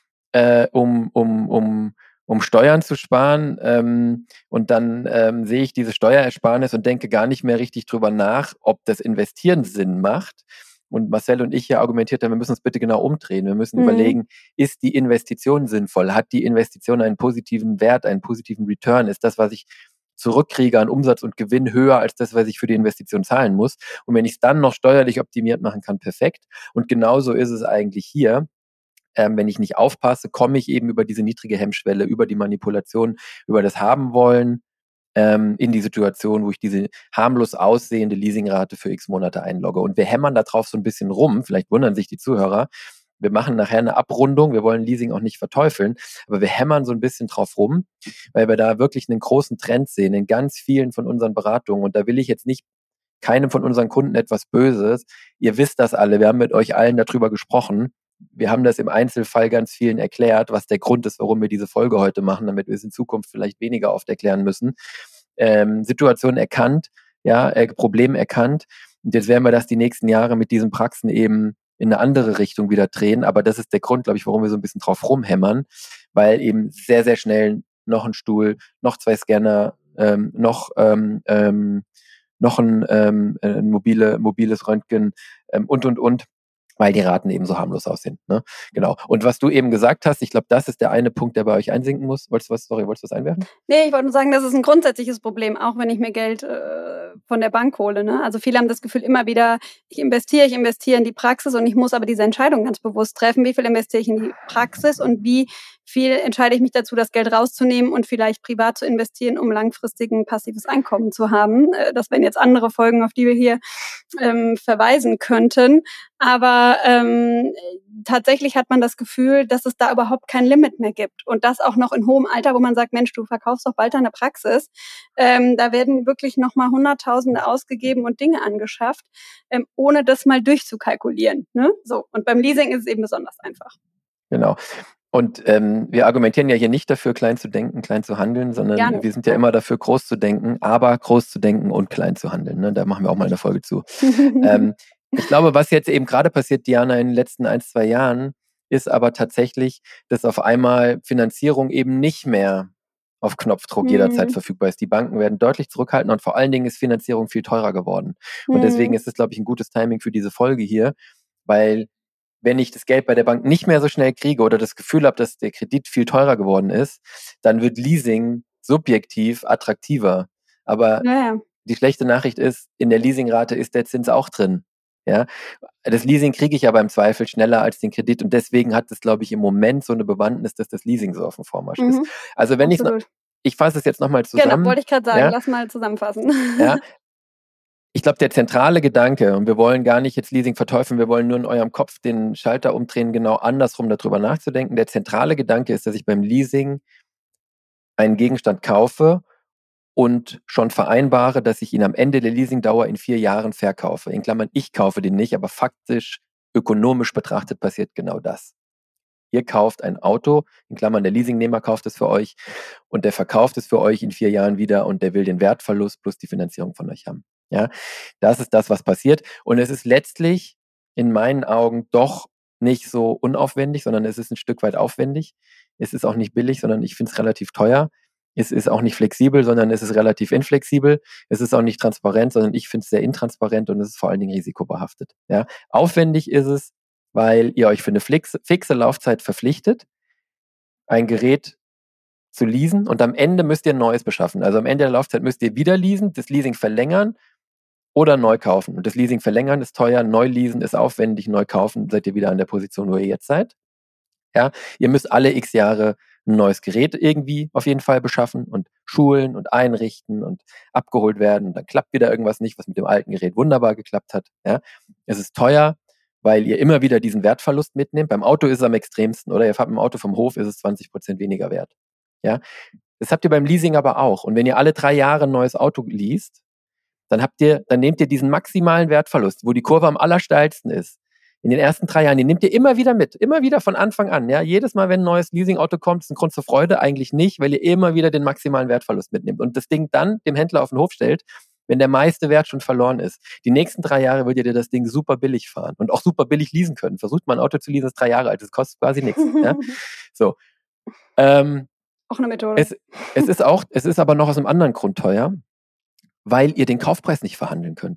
äh, um, um, um, um Steuern zu sparen. Ähm, und dann ähm, sehe ich diese Steuerersparnis und denke gar nicht mehr richtig drüber nach, ob das Investieren Sinn macht. Und Marcel und ich ja argumentiert haben, wir müssen es bitte genau umdrehen. Wir müssen mhm. überlegen, ist die Investition sinnvoll? Hat die Investition einen positiven Wert, einen positiven Return? Ist das, was ich zurückkriege an Umsatz und Gewinn höher als das, was ich für die Investition zahlen muss. Und wenn ich es dann noch steuerlich optimiert machen kann, perfekt. Und genauso ist es eigentlich hier. Ähm, wenn ich nicht aufpasse, komme ich eben über diese niedrige Hemmschwelle, über die Manipulation, über das Haben wollen, ähm, in die Situation, wo ich diese harmlos aussehende Leasingrate für x Monate einlogge. Und wir hämmern da drauf so ein bisschen rum, vielleicht wundern sich die Zuhörer, wir machen nachher eine Abrundung, wir wollen Leasing auch nicht verteufeln, aber wir hämmern so ein bisschen drauf rum, weil wir da wirklich einen großen Trend sehen in ganz vielen von unseren Beratungen. Und da will ich jetzt nicht keinem von unseren Kunden etwas Böses. Ihr wisst das alle, wir haben mit euch allen darüber gesprochen. Wir haben das im Einzelfall ganz vielen erklärt, was der Grund ist, warum wir diese Folge heute machen, damit wir es in Zukunft vielleicht weniger oft erklären müssen. Ähm, Situation erkannt, ja, äh, Problem erkannt. Und jetzt werden wir das die nächsten Jahre mit diesen Praxen eben in eine andere Richtung wieder drehen. Aber das ist der Grund, glaube ich, warum wir so ein bisschen drauf rumhämmern, weil eben sehr, sehr schnell noch ein Stuhl, noch zwei Scanner, ähm, noch, ähm, ähm, noch ein, ähm, ein mobile, mobiles Röntgen ähm, und, und, und, weil die Raten eben so harmlos aussehen. Ne? Genau. Und was du eben gesagt hast, ich glaube, das ist der eine Punkt, der bei euch einsinken muss. Wolltest du was, sorry, wolltest du was einwerfen? Nee, ich wollte nur sagen, das ist ein grundsätzliches Problem, auch wenn ich mir Geld äh, von der Bank hole. Ne? Also viele haben das Gefühl immer wieder, ich investiere, ich investiere in die Praxis und ich muss aber diese Entscheidung ganz bewusst treffen. Wie viel investiere ich in die Praxis und wie viel entscheide ich mich dazu, das Geld rauszunehmen und vielleicht privat zu investieren, um langfristig ein passives Einkommen zu haben. Das wären jetzt andere Folgen, auf die wir hier ähm, verweisen könnten. Aber ähm, tatsächlich hat man das Gefühl, dass es da überhaupt kein Limit mehr gibt. Und das auch noch in hohem Alter, wo man sagt, Mensch, du verkaufst doch bald deine Praxis. Ähm, da werden wirklich nochmal Hunderttausende ausgegeben und Dinge angeschafft, ähm, ohne das mal durchzukalkulieren. Ne? So. Und beim Leasing ist es eben besonders einfach. Genau. Und ähm, wir argumentieren ja hier nicht dafür, klein zu denken, klein zu handeln, sondern wir sind ja immer dafür, groß zu denken, aber groß zu denken und klein zu handeln. Ne? Da machen wir auch mal eine Folge zu. ähm, ich glaube, was jetzt eben gerade passiert, Diana, in den letzten ein, zwei Jahren, ist aber tatsächlich, dass auf einmal Finanzierung eben nicht mehr auf Knopfdruck jederzeit mhm. verfügbar ist. Die Banken werden deutlich zurückhalten und vor allen Dingen ist Finanzierung viel teurer geworden. Mhm. Und deswegen ist es, glaube ich, ein gutes Timing für diese Folge hier, weil wenn ich das Geld bei der Bank nicht mehr so schnell kriege oder das Gefühl habe, dass der Kredit viel teurer geworden ist, dann wird Leasing subjektiv attraktiver. Aber ja. die schlechte Nachricht ist, in der Leasingrate ist der Zins auch drin. Ja, das Leasing kriege ich aber im Zweifel schneller als den Kredit und deswegen hat es, glaube ich, im Moment so eine Bewandtnis, dass das Leasing so auf dem Vormarsch mhm. ist. Also wenn ich ich fasse es jetzt nochmal zusammen. Genau, wollte ich gerade sagen, ja? Lass mal zusammenfassen. Ja. Ich glaube, der zentrale Gedanke, und wir wollen gar nicht jetzt Leasing verteufeln, wir wollen nur in eurem Kopf den Schalter umdrehen, genau andersrum darüber nachzudenken. Der zentrale Gedanke ist, dass ich beim Leasing einen Gegenstand kaufe und schon vereinbare, dass ich ihn am Ende der Leasingdauer in vier Jahren verkaufe. In Klammern, ich kaufe den nicht, aber faktisch, ökonomisch betrachtet passiert genau das. Ihr kauft ein Auto, in Klammern, der Leasingnehmer kauft es für euch und der verkauft es für euch in vier Jahren wieder und der will den Wertverlust plus die Finanzierung von euch haben. Ja, das ist das, was passiert. Und es ist letztlich in meinen Augen doch nicht so unaufwendig, sondern es ist ein Stück weit aufwendig. Es ist auch nicht billig, sondern ich finde es relativ teuer. Es ist auch nicht flexibel, sondern es ist relativ inflexibel. Es ist auch nicht transparent, sondern ich finde es sehr intransparent und es ist vor allen Dingen risikobehaftet. Ja, aufwendig ist es, weil ihr euch für eine fixe, fixe Laufzeit verpflichtet, ein Gerät zu leasen und am Ende müsst ihr ein neues beschaffen. Also am Ende der Laufzeit müsst ihr wieder leasen, das Leasing verlängern oder neu kaufen. Und das Leasing verlängern ist teuer, neu leasen ist aufwendig, neu kaufen seid ihr wieder an der Position, wo ihr jetzt seid. Ja, ihr müsst alle x Jahre ein neues Gerät irgendwie auf jeden Fall beschaffen und schulen und einrichten und abgeholt werden. Und dann klappt wieder irgendwas nicht, was mit dem alten Gerät wunderbar geklappt hat. Ja, es ist teuer, weil ihr immer wieder diesen Wertverlust mitnehmt. Beim Auto ist es am extremsten, oder? Ihr fahrt mit dem Auto vom Hof, ist es zwanzig Prozent weniger wert. Ja, das habt ihr beim Leasing aber auch. Und wenn ihr alle drei Jahre ein neues Auto least, dann habt ihr, dann nehmt ihr diesen maximalen Wertverlust, wo die Kurve am allersteilsten ist. In den ersten drei Jahren, den nehmt ihr immer wieder mit, immer wieder von Anfang an. Ja, jedes Mal, wenn ein neues Leasingauto kommt, ist ein Grund zur Freude, eigentlich nicht, weil ihr immer wieder den maximalen Wertverlust mitnehmt und das Ding dann dem Händler auf den Hof stellt, wenn der meiste Wert schon verloren ist. Die nächsten drei Jahre würdet ihr das Ding super billig fahren und auch super billig leasen können. Versucht mal ein Auto zu leasen, das drei Jahre alt ist, kostet quasi nichts. Ja? So. Ähm, auch eine Methode. Es, es ist auch, es ist aber noch aus einem anderen Grund teuer, weil ihr den Kaufpreis nicht verhandeln könnt.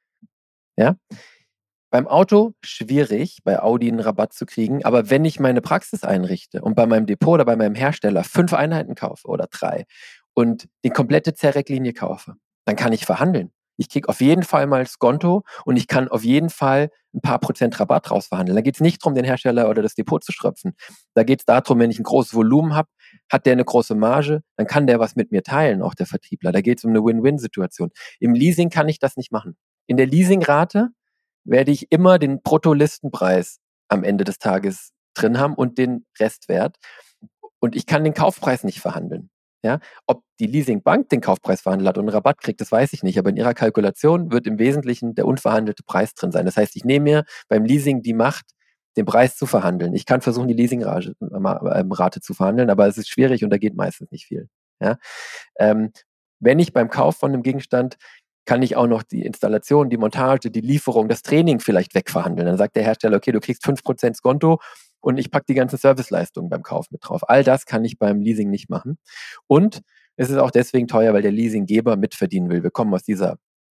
Ja? Beim Auto schwierig, bei Audi einen Rabatt zu kriegen, aber wenn ich meine Praxis einrichte und bei meinem Depot oder bei meinem Hersteller fünf Einheiten kaufe oder drei und die komplette Zerec-Linie kaufe, dann kann ich verhandeln. Ich kriege auf jeden Fall mal Skonto und ich kann auf jeden Fall ein paar Prozent Rabatt rausverhandeln. Da geht es nicht darum, den Hersteller oder das Depot zu schröpfen. Da geht es darum, wenn ich ein großes Volumen habe, hat der eine große Marge, dann kann der was mit mir teilen, auch der Vertriebler. Da geht es um eine Win-Win-Situation. Im Leasing kann ich das nicht machen. In der Leasingrate werde ich immer den Bruttolistenpreis am Ende des Tages drin haben und den Restwert. Und ich kann den Kaufpreis nicht verhandeln. Ja, ob die Leasingbank den Kaufpreis verhandelt hat und einen Rabatt kriegt, das weiß ich nicht. Aber in ihrer Kalkulation wird im Wesentlichen der unverhandelte Preis drin sein. Das heißt, ich nehme mir beim Leasing die Macht, den Preis zu verhandeln. Ich kann versuchen, die Leasingrate äh, zu verhandeln, aber es ist schwierig und da geht meistens nicht viel. Ja? Ähm, wenn ich beim Kauf von einem Gegenstand kann ich auch noch die Installation, die Montage, die Lieferung, das Training vielleicht wegverhandeln. Dann sagt der Hersteller, okay, du kriegst fünf Prozent Skonto und ich packe die ganzen Serviceleistungen beim Kauf mit drauf. All das kann ich beim Leasing nicht machen. Und es ist auch deswegen teuer, weil der Leasinggeber mitverdienen will. Wir kommen aus dieser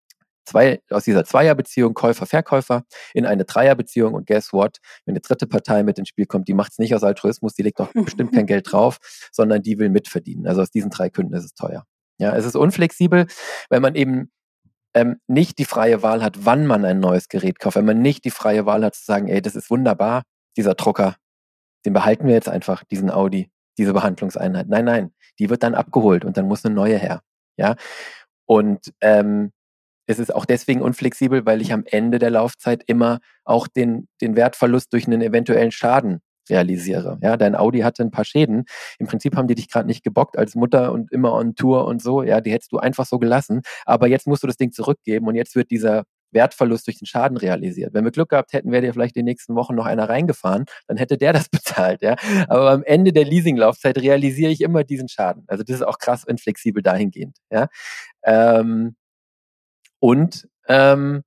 zwei, aus dieser Zweierbeziehung Käufer-Verkäufer in eine Dreierbeziehung und guess what? Wenn eine dritte Partei mit ins Spiel kommt, die macht es nicht aus Altruismus, die legt doch bestimmt kein Geld drauf, sondern die will mitverdienen. Also aus diesen drei Gründen ist es teuer. Ja, es ist unflexibel, weil man eben ähm, nicht die freie Wahl hat, wann man ein neues Gerät kauft, wenn man nicht die freie Wahl hat zu sagen, ey, das ist wunderbar, dieser Drucker, den behalten wir jetzt einfach, diesen Audi, diese Behandlungseinheit. Nein, nein, die wird dann abgeholt und dann muss eine neue her. Ja, und ähm, es ist auch deswegen unflexibel, weil ich am Ende der Laufzeit immer auch den, den Wertverlust durch einen eventuellen Schaden realisiere. Ja, dein Audi hatte ein paar Schäden. Im Prinzip haben die dich gerade nicht gebockt als Mutter und immer on Tour und so. Ja, die hättest du einfach so gelassen. Aber jetzt musst du das Ding zurückgeben und jetzt wird dieser Wertverlust durch den Schaden realisiert. Wenn wir Glück gehabt hätten, wäre dir vielleicht die nächsten Wochen noch einer reingefahren, dann hätte der das bezahlt. Ja, aber am Ende der Leasinglaufzeit realisiere ich immer diesen Schaden. Also das ist auch krass inflexibel dahingehend. Ja, ähm, und ähm,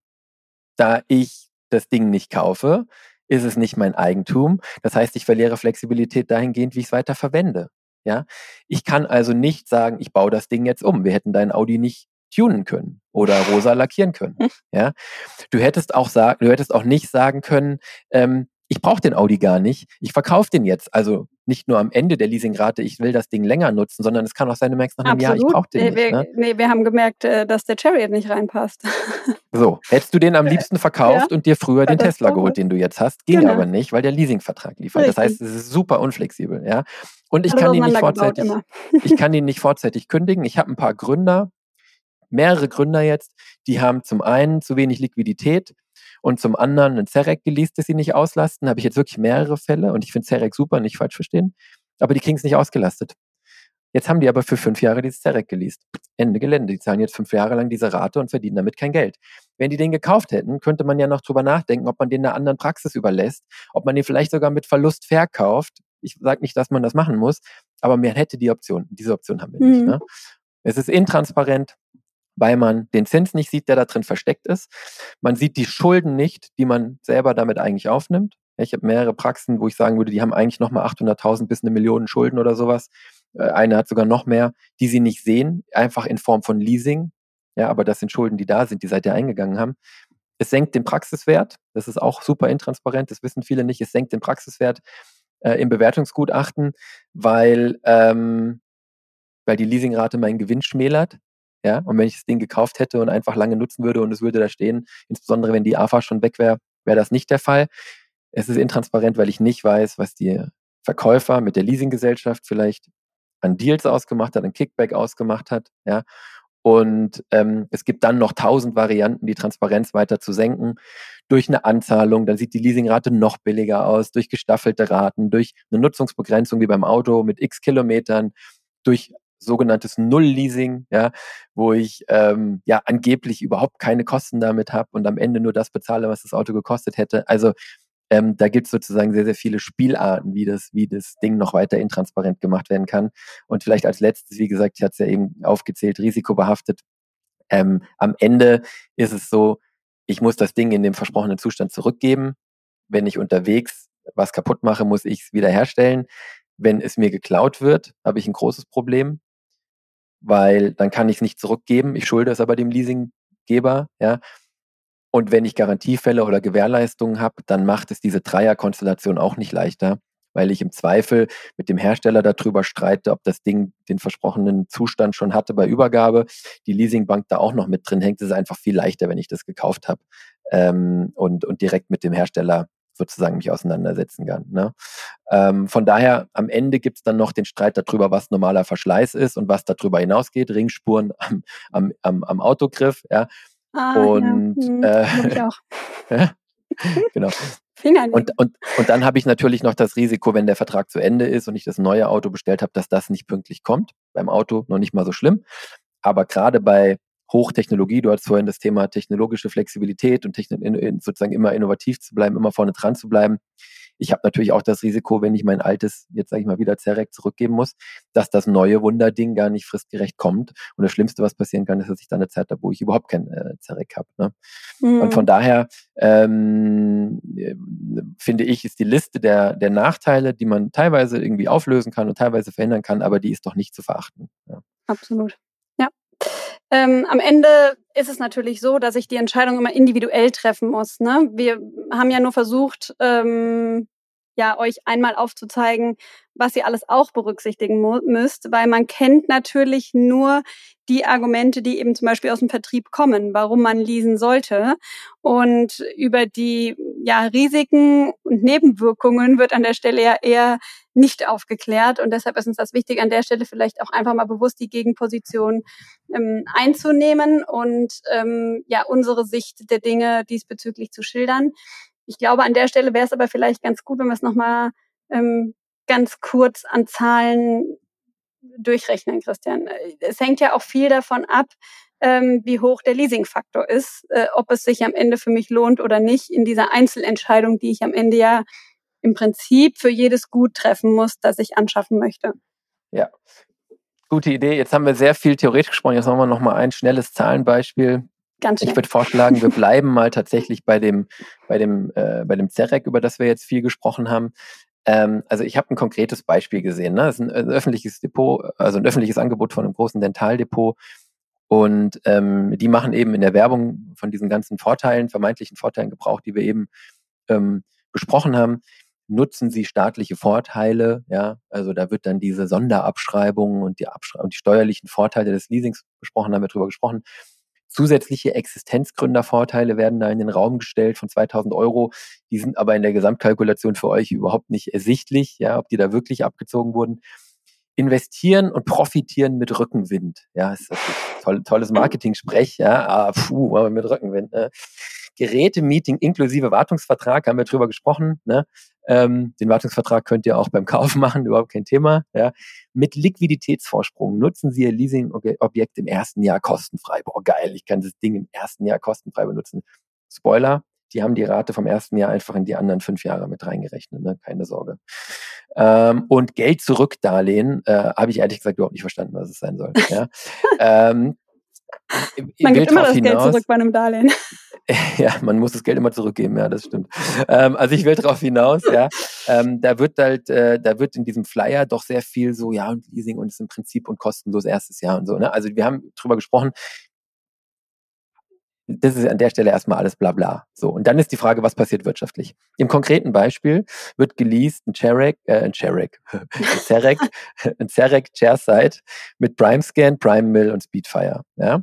da ich das Ding nicht kaufe, ist es nicht mein Eigentum. Das heißt, ich verliere Flexibilität dahingehend, wie ich es weiter verwende. Ja? Ich kann also nicht sagen, ich baue das Ding jetzt um. Wir hätten dein Audi nicht tunen können oder rosa lackieren können. Ja? Du hättest auch sagen, du hättest auch nicht sagen können, ähm, ich brauche den Audi gar nicht, ich verkaufe den jetzt. Also nicht nur am Ende der Leasingrate, ich will das Ding länger nutzen, sondern es kann auch sein, du merkst nach einem Jahr, ich brauche den nee, nicht. Wir, ne? nee, wir haben gemerkt, dass der Chariot nicht reinpasst. So, hättest du den am liebsten verkauft Ja, und dir früher den Tesla Katastrophe. geholt, den du jetzt hast, ging Genau. aber nicht, weil der Leasingvertrag liefert. Das heißt, es ist super unflexibel. Ja? Und ich Alles kann ihn nicht auseinandergebaut vorzeitig, immer. ich kann ihn nicht vorzeitig kündigen. Ich habe ein paar Gründer, mehrere Gründer jetzt, die haben zum einen zu wenig Liquidität und zum anderen ein Zerec geleast, das sie nicht auslasten. Da habe ich jetzt wirklich mehrere Fälle und ich finde Zerec super, nicht falsch verstehen, aber die kriegen es nicht ausgelastet. Jetzt haben die aber für fünf Jahre dieses Zerec geleast. Ende Gelände. Die zahlen jetzt fünf Jahre lang diese Rate und verdienen damit kein Geld. Wenn die den gekauft hätten, könnte man ja noch drüber nachdenken, ob man den einer anderen Praxis überlässt, ob man den vielleicht sogar mit Verlust verkauft. Ich sage nicht, dass man das machen muss, aber man hätte die Option. Diese Option haben wir nicht. Mhm. Ne? Es ist intransparent, weil man den Zins nicht sieht, der da drin versteckt ist. Man sieht die Schulden nicht, die man selber damit eigentlich aufnimmt. Ich habe mehrere Praxen, wo ich sagen würde, die haben eigentlich nochmal achthunderttausend bis eine Million Schulden oder sowas. Eine hat sogar noch mehr, die sie nicht sehen, einfach in Form von Leasing. Ja, aber das sind Schulden, die da sind, die seitdem eingegangen haben. Es senkt den Praxiswert. Das ist auch super intransparent. Das wissen viele nicht. Es senkt den Praxiswert äh, im Bewertungsgutachten, weil, ähm, weil die Leasingrate meinen Gewinn schmälert. Ja, und wenn ich das Ding gekauft hätte und einfach lange nutzen würde und es würde da stehen, insbesondere wenn die A F A schon weg wäre, wäre das nicht der Fall. Es ist intransparent, weil ich nicht weiß, was die Verkäufer mit der Leasinggesellschaft vielleicht an Deals ausgemacht hat, an Kickback ausgemacht hat. Ja, und ähm, es gibt dann noch tausend Varianten, die Transparenz weiter zu senken. Durch eine Anzahlung, dann sieht die Leasingrate noch billiger aus, durch gestaffelte Raten, durch eine Nutzungsbegrenzung wie beim Auto mit x Kilometern, durch sogenanntes Null-Leasing, ja, wo ich ähm, ja angeblich überhaupt keine Kosten damit habe und am Ende nur das bezahle, was das Auto gekostet hätte. Also ähm, da gibt es sozusagen sehr, sehr viele Spielarten, wie das, wie das Ding noch weiter intransparent gemacht werden kann. Und vielleicht als letztes, wie gesagt, ich hatte es ja eben aufgezählt, risikobehaftet. Ähm, am Ende ist es so, ich muss das Ding in dem versprochenen Zustand zurückgeben. Wenn ich unterwegs was kaputt mache, muss ich es wiederherstellen. Wenn es mir geklaut wird, habe ich ein großes Problem, weil dann kann ich es nicht zurückgeben. Ich schulde es aber dem Leasinggeber, ja. Und wenn ich Garantiefälle oder Gewährleistungen habe, dann macht es diese Dreierkonstellation auch nicht leichter, weil ich im Zweifel mit dem Hersteller darüber streite, ob das Ding den versprochenen Zustand schon hatte bei Übergabe. Die Leasingbank da auch noch mit drin hängt. Es ist einfach viel leichter, wenn ich das gekauft habe ähm, und, und direkt mit dem Hersteller sozusagen mich auseinandersetzen kann. Ne? Ähm, von daher, am Ende gibt es dann noch den Streit darüber, was normaler Verschleiß ist und was darüber hinausgeht. Ringspuren am, am, am, am Autogriff, ja. Ah, Und ja. Hm, äh, ich auch. ja, genau. Und, und, und dann habe ich natürlich noch das Risiko, wenn der Vertrag zu Ende ist und ich das neue Auto bestellt habe, dass das nicht pünktlich kommt. Beim Auto noch nicht mal so schlimm. Aber gerade bei Hochtechnologie, du hast vorhin das Thema technologische Flexibilität und Techn- in, in, sozusagen immer innovativ zu bleiben, immer vorne dran zu bleiben. Ich habe natürlich auch das Risiko, wenn ich mein altes, jetzt sage ich mal wieder Zerec zurückgeben muss, dass das neue Wunderding gar nicht fristgerecht kommt. Und das Schlimmste, was passieren kann, ist, dass ich dann eine Zeit habe, wo ich überhaupt kein äh, Zerec habe. Ne? Mhm. Und von daher ähm, finde ich, ist die Liste der, der Nachteile, die man teilweise irgendwie auflösen kann und teilweise verhindern kann, aber die ist doch nicht zu verachten. Ja. Absolut. Ja. Ähm, am Ende ist es natürlich so, dass ich die Entscheidung immer individuell treffen muss. Ne? Wir haben ja nur versucht, ähm, ja, euch einmal aufzuzeigen, was ihr alles auch berücksichtigen mu- müsst, weil man kennt natürlich nur die Argumente, die eben zum Beispiel aus dem Vertrieb kommen, warum man leasen sollte. Und über die ja, Risiken und Nebenwirkungen wird an der Stelle ja eher nicht aufgeklärt. Und deshalb ist uns das wichtig, an der Stelle vielleicht auch einfach mal bewusst die Gegenposition ähm, einzunehmen und ähm, ja unsere Sicht der Dinge diesbezüglich zu schildern. Ich glaube, an der Stelle wäre es aber vielleicht ganz gut, wenn wir es nochmal ähm, ganz kurz an Zahlen durchrechnen, Christian. Es hängt ja auch viel davon ab, ähm, wie hoch der Leasingfaktor ist, äh, ob es sich am Ende für mich lohnt oder nicht in dieser Einzelentscheidung, die ich am Ende ja im Prinzip für jedes Gut treffen muss, das ich anschaffen möchte. Ja, gute Idee. Jetzt haben wir sehr viel theoretisch gesprochen. Jetzt machen wir noch mal ein schnelles Zahlenbeispiel. Ganz schnell. Ich würde vorschlagen, wir bleiben mal tatsächlich bei dem, bei dem, äh, bei dem Zerec, über das wir jetzt viel gesprochen haben. Ähm, also ich habe ein konkretes Beispiel gesehen. Ne? Das ist ein, ein öffentliches Depot, also ein öffentliches Angebot von einem großen Dentaldepot. Und ähm, die machen eben in der Werbung von diesen ganzen Vorteilen, vermeintlichen Vorteilen Gebrauch, die wir eben ähm, besprochen haben. Nutzen sie staatliche Vorteile, ja, also da wird dann diese Sonderabschreibung und die, Abschreibung und die steuerlichen Vorteile des Leasings besprochen, haben wir drüber gesprochen. Zusätzliche Existenzgründervorteile werden da in den Raum gestellt von zweitausend Euro. Die sind aber in der Gesamtkalkulation für euch überhaupt nicht ersichtlich, ja, ob die da wirklich abgezogen wurden. Investieren und profitieren mit Rückenwind. Ja, ist das toll, tolles Marketing-Sprech, ja, ah, puh, aber mit Rückenwind. Ne? Geräte-Meeting inklusive Wartungsvertrag, haben wir drüber gesprochen. Ne? Ähm, den Wartungsvertrag könnt ihr auch beim Kauf machen, überhaupt kein Thema. Ja? Mit Liquiditätsvorsprung nutzen Sie Ihr Leasing-Objekt im ersten Jahr kostenfrei. Boah, geil, ich kann das Ding im ersten Jahr kostenfrei benutzen. Spoiler, die haben die Rate vom ersten Jahr einfach in die anderen fünf Jahre mit reingerechnet, ne? Keine Sorge. Ähm, und Geld-Zurück-Darlehen äh, habe ich ehrlich gesagt überhaupt nicht verstanden, was es sein soll. Ja? ähm, man gibt immer das hinaus, Geld zurück bei einem Darlehen. Ja, man muss das Geld immer zurückgeben, ja, das stimmt. Ähm, also ich will darauf hinaus, ja. Ähm, da wird halt, äh, da wird in diesem Flyer doch sehr viel so, ja, und Leasing und ist im Prinzip und kostenlos erstes Jahr und so. Ne? Also wir haben drüber gesprochen. Das ist an der Stelle erstmal alles Blabla. So, und dann ist die Frage, was passiert wirtschaftlich? Im konkreten Beispiel wird geleast ein Cerec, äh, ein Cerec, ein Cerec, ein Cerec Chairside mit PrimeScan, PrimeMill und Speedfire. Ja?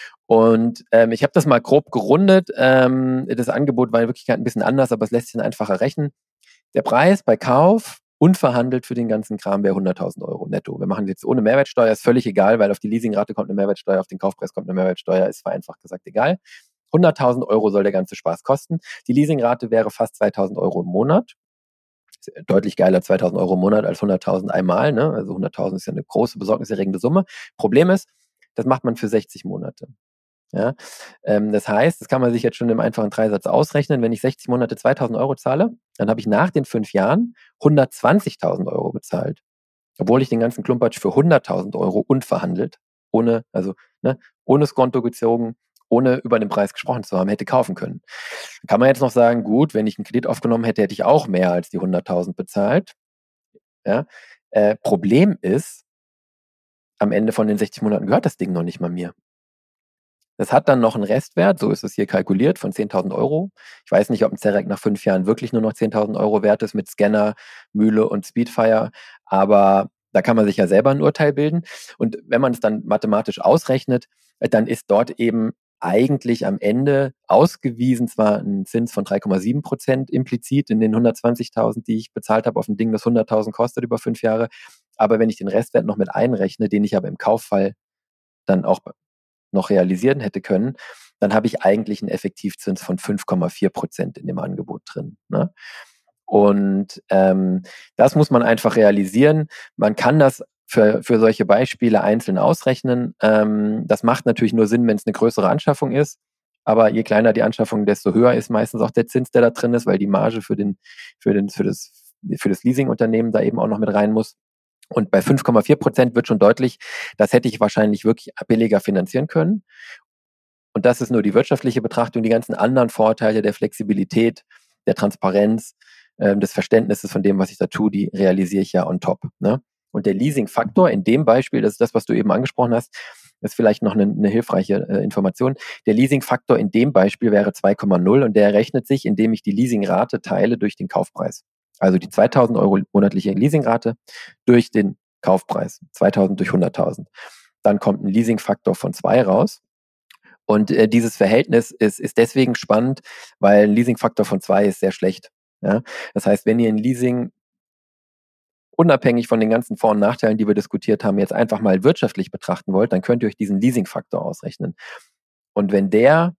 Und ähm, ich habe das mal grob gerundet. Ähm, das Angebot war in Wirklichkeit ein bisschen anders, aber es lässt sich dann einfacher rechnen. Der Preis bei Kauf unverhandelt für den ganzen Kram wäre hunderttausend Euro netto. Wir machen jetzt ohne Mehrwertsteuer, ist völlig egal, weil auf die Leasingrate kommt eine Mehrwertsteuer, auf den Kaufpreis kommt eine Mehrwertsteuer, ist vereinfacht gesagt egal. hunderttausend Euro soll der ganze Spaß kosten. Die Leasingrate wäre fast zweitausend Euro im Monat. Deutlich geiler zweitausend Euro im Monat als hunderttausend einmal. Ne? Also hunderttausend ist ja eine große, besorgniserregende Summe. Problem ist, das macht man für sechzig Monate. Ja, ähm, das heißt, das kann man sich jetzt schon im einfachen Dreisatz ausrechnen. Wenn ich sechzig Monate zweitausend Euro zahle, dann habe ich nach den fünf Jahren hundertzwanzigtausend Euro bezahlt. Obwohl ich den ganzen Klumpatsch für hunderttausend Euro unverhandelt, ohne, also, ne, ohne Skonto gezogen, ohne über den Preis gesprochen zu haben, hätte kaufen können. Dann kann man jetzt noch sagen, gut, wenn ich einen Kredit aufgenommen hätte, hätte ich auch mehr als die hunderttausend bezahlt. Ja, äh, Problem ist, am Ende von den sechzig Monaten gehört das Ding noch nicht mal mir. Das hat dann noch einen Restwert, so ist es hier kalkuliert, von zehntausend Euro. Ich weiß nicht, ob ein Cerec nach fünf Jahren wirklich nur noch zehntausend Euro wert ist mit Scanner, Mühle und Speedfire, aber da kann man sich ja selber ein Urteil bilden. Und wenn man es dann mathematisch ausrechnet, dann ist dort eben eigentlich am Ende ausgewiesen zwar ein Zins von drei Komma sieben Prozent implizit in den hundertzwanzigtausend, die ich bezahlt habe auf ein Ding, das hunderttausend kostet über fünf Jahre, aber wenn ich den Restwert noch mit einrechne, den ich aber im Kauffall dann auch noch realisieren hätte können, dann habe ich eigentlich einen Effektivzins von fünf Komma vier Prozent in dem Angebot drin. Ne? Und ähm, das muss man einfach realisieren. Man kann das für, für solche Beispiele einzeln ausrechnen. Ähm, das macht natürlich nur Sinn, wenn es eine größere Anschaffung ist. Aber je kleiner die Anschaffung, desto höher ist meistens auch der Zins, der da drin ist, weil die Marge für, den, für, den, für, das, für das Leasingunternehmen da eben auch noch mit rein muss. Und bei fünf Komma vier Prozent wird schon deutlich, das hätte ich wahrscheinlich wirklich billiger finanzieren können. Und das ist nur die wirtschaftliche Betrachtung. Die ganzen anderen Vorteile der Flexibilität, der Transparenz, äh, des Verständnisses von dem, was ich da tue, die realisiere ich ja on top. Ne? Und der Leasing-Faktor in dem Beispiel, das ist das, was du eben angesprochen hast, Das ist vielleicht noch eine, eine hilfreiche äh, Information. Der Leasingfaktor in dem Beispiel wäre zwei Komma null und der rechnet sich, indem ich die Leasingrate teile durch den Kaufpreis. Also die zweitausend Euro monatliche Leasingrate durch den Kaufpreis. zweitausend durch hunderttausend. Dann kommt ein Leasingfaktor von zwei raus. Und äh, dieses Verhältnis ist, ist deswegen spannend, weil ein Leasingfaktor von zwei ist sehr schlecht. Ja? Das heißt, wenn ihr ein Leasing unabhängig von den ganzen Vor- und Nachteilen, die wir diskutiert haben, jetzt einfach mal wirtschaftlich betrachten wollt, dann könnt ihr euch diesen Leasingfaktor ausrechnen. Und wenn der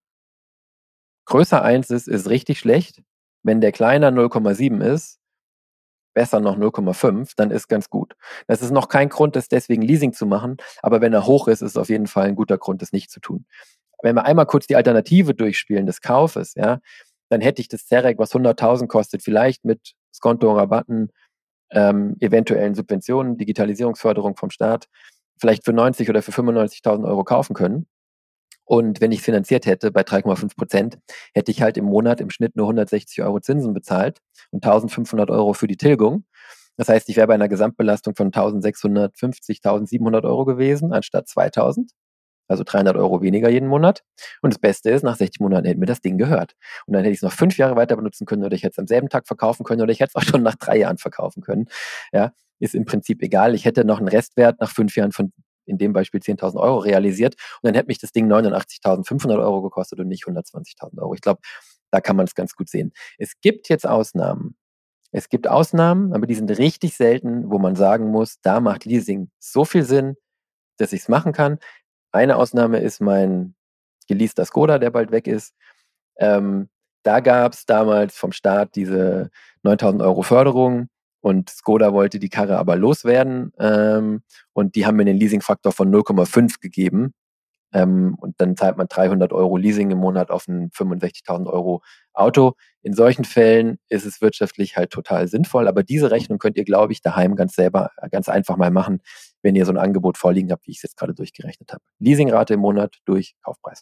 größer eins ist, ist richtig schlecht. Wenn der kleiner null Komma sieben ist, besser noch null Komma fünf, dann ist ganz gut. Das ist noch kein Grund, das deswegen Leasing zu machen, aber wenn er hoch ist, ist es auf jeden Fall ein guter Grund, das nicht zu tun. Wenn wir einmal kurz die Alternative durchspielen des Kaufes, ja, dann hätte ich das Zerec, was hunderttausend kostet, vielleicht mit Skonto, Rabatten, ähm, eventuellen Subventionen, Digitalisierungsförderung vom Staat, vielleicht für neunzig oder für fünfundneunzigtausend Euro kaufen können. Und wenn ich es finanziert hätte bei drei Komma fünf Prozent, hätte ich halt im Monat im Schnitt nur hundertsechzig Euro Zinsen bezahlt und eintausendfünfhundert Euro für die Tilgung. Das heißt, ich wäre bei einer Gesamtbelastung von eintausendsechshundertfünfzig, eintausendsiebenhundert Euro gewesen, anstatt zweitausend. Also dreihundert Euro weniger jeden Monat. Und das Beste ist, nach sechzig Monaten hätte mir das Ding gehört. Und dann hätte ich es noch fünf Jahre weiter benutzen können oder ich hätte es am selben Tag verkaufen können oder ich hätte es auch schon nach drei Jahren verkaufen können. Ja, ist im Prinzip egal. Ich hätte noch einen Restwert nach fünf Jahren von, in dem Beispiel, zehntausend Euro realisiert und dann hätte mich das Ding neunundachtzigtausendfünfhundert Euro gekostet und nicht hundertzwanzigtausend Euro. Ich glaube, da kann man es ganz gut sehen. Es gibt jetzt Ausnahmen. Es gibt Ausnahmen, aber die sind richtig selten, wo man sagen muss, da macht Leasing so viel Sinn, dass ich es machen kann. Eine Ausnahme ist mein geleaster Skoda, der bald weg ist. Ähm, da gab es damals vom Staat diese neuntausend Euro Förderung und Skoda wollte die Karre aber loswerden ähm, und die haben mir einen Leasingfaktor von null Komma fünf gegeben. Ähm, und dann zahlt man dreihundert Euro Leasing im Monat auf ein fünfundsechzigtausend Euro Auto. In solchen Fällen ist es wirtschaftlich halt total sinnvoll, aber diese Rechnung könnt ihr, glaube ich, daheim ganz selber, ganz einfach mal machen, wenn ihr so ein Angebot vorliegen habt, wie ich es jetzt gerade durchgerechnet habe. Leasingrate im Monat durch Kaufpreis.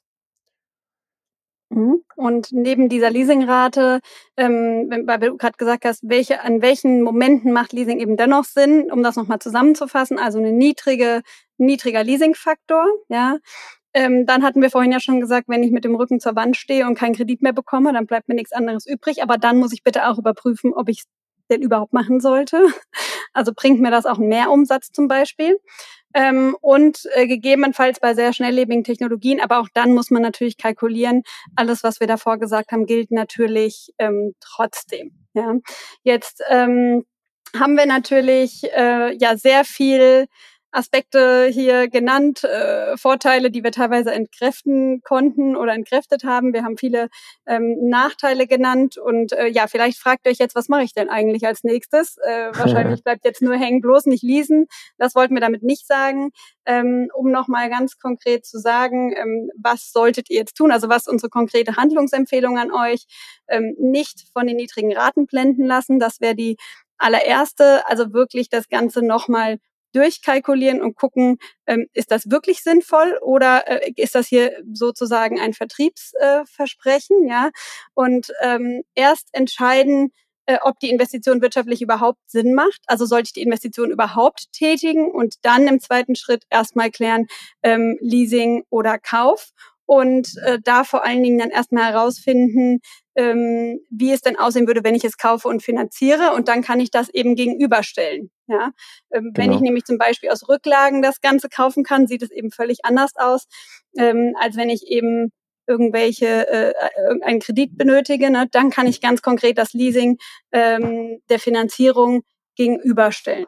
Und neben dieser Leasingrate, ähm, weil du gerade gesagt hast, welche, an welchen Momenten macht Leasing eben dennoch Sinn, um das nochmal zusammenzufassen, also eine niedrige, niedriger Leasingfaktor, ja. Ähm, dann hatten wir vorhin ja schon gesagt, wenn ich mit dem Rücken zur Wand stehe und keinen Kredit mehr bekomme, dann bleibt mir nichts anderes übrig. Aber dann muss ich bitte auch überprüfen, ob ich es denn überhaupt machen sollte. Also bringt mir das auch einen Mehrumsatz zum Beispiel. Ähm, und äh, gegebenenfalls bei sehr schnelllebigen Technologien, aber auch dann muss man natürlich kalkulieren. Alles, was wir davor gesagt haben, gilt natürlich ähm, trotzdem. Ja. Jetzt ähm, haben wir natürlich äh, ja sehr viel Aspekte hier genannt, äh, Vorteile, die wir teilweise entkräften konnten oder entkräftet haben. Wir haben viele ähm, Nachteile genannt und äh, ja, vielleicht fragt ihr euch jetzt, was mache ich denn eigentlich als nächstes? Äh, wahrscheinlich bleibt jetzt nur hängen, bloß nicht leasen. Das wollten wir damit nicht sagen. Ähm, um nochmal ganz konkret zu sagen, ähm, was solltet ihr jetzt tun? Also was unsere konkrete Handlungsempfehlung an euch? Ähm, nicht von den niedrigen Raten blenden lassen. Das wäre die allererste. Also wirklich das Ganze nochmal durchkalkulieren und gucken, ähm, ist das wirklich sinnvoll oder äh, ist das hier sozusagen ein Vertriebsversprechen, äh, ja? Und ähm, erst entscheiden, äh, ob die Investition wirtschaftlich überhaupt Sinn macht. Also sollte ich die Investition überhaupt tätigen und dann im zweiten Schritt erstmal klären, ähm, Leasing oder Kauf. Und äh, da vor allen Dingen dann erstmal herausfinden, ähm, wie es denn aussehen würde, wenn ich es kaufe und finanziere. Und dann kann ich das eben gegenüberstellen. Ja? Ähm, genau. Wenn ich nämlich zum Beispiel aus Rücklagen das Ganze kaufen kann, sieht es eben völlig anders aus, ähm, als wenn ich eben irgendwelche äh, irgendeinen Kredit benötige. Ne? Dann kann ich ganz konkret das Leasing ähm, der Finanzierung gegenüberstellen.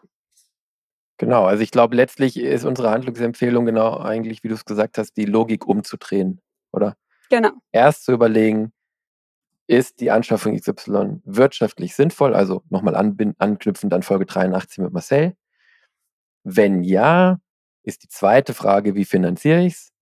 Genau, also ich glaube, letztlich ist unsere Handlungsempfehlung genau eigentlich, wie du es gesagt hast, die Logik umzudrehen, oder? Genau. Erst zu überlegen, ist die Anschaffung X Y wirtschaftlich sinnvoll? Also nochmal anknüpfend an Folge dreiundachtzig mit Marcel. Wenn ja, ist die zweite Frage, wie finanziere ich es?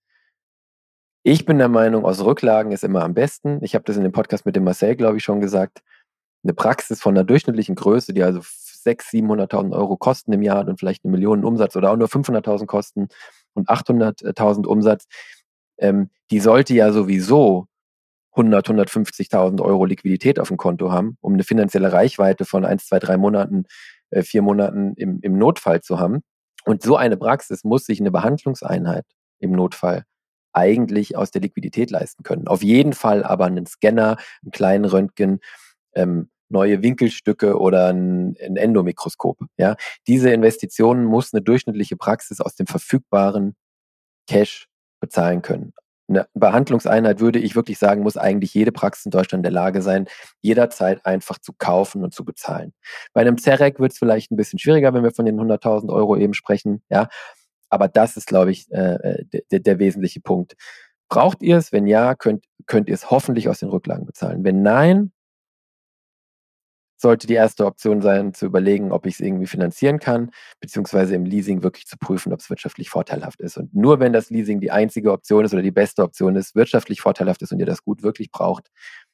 Ich bin der Meinung, aus Rücklagen ist immer am besten. Ich habe das in dem Podcast mit dem Marcel, glaube ich, schon gesagt. Eine Praxis von einer durchschnittlichen Größe, die also sechshunderttausend, siebenhunderttausend Euro kosten im Jahr und vielleicht eine Million Umsatz oder auch nur fünfhunderttausend kosten und achthunderttausend Umsatz, ähm, die sollte ja sowieso hundert, hundertfünfzigtausend Euro Liquidität auf dem Konto haben, um eine finanzielle Reichweite von eins, zwei, drei Monaten, äh, vier Monaten im, im Notfall zu haben. Und so eine Praxis muss sich eine Behandlungseinheit im Notfall eigentlich aus der Liquidität leisten können. Auf jeden Fall aber einen Scanner, einen kleinen Röntgen, ähm, neue Winkelstücke oder ein, ein Endomikroskop. Ja? Diese Investitionen muss eine durchschnittliche Praxis aus dem verfügbaren Cash bezahlen können. Eine Behandlungseinheit, würde ich wirklich sagen, muss eigentlich jede Praxis in Deutschland in der Lage sein, jederzeit einfach zu kaufen und zu bezahlen. Bei einem C E R E C wird es vielleicht ein bisschen schwieriger, wenn wir von den hunderttausend Euro eben sprechen. Ja? Aber das ist, glaube ich, äh, der, der wesentliche Punkt. Braucht ihr es? Wenn ja, könnt, könnt ihr es hoffentlich aus den Rücklagen bezahlen. Wenn nein, sollte die erste Option sein, zu überlegen, ob ich es irgendwie finanzieren kann, beziehungsweise im Leasing wirklich zu prüfen, ob es wirtschaftlich vorteilhaft ist. Und nur wenn das Leasing die einzige Option ist oder die beste Option ist, wirtschaftlich vorteilhaft ist und ihr das Gut wirklich braucht,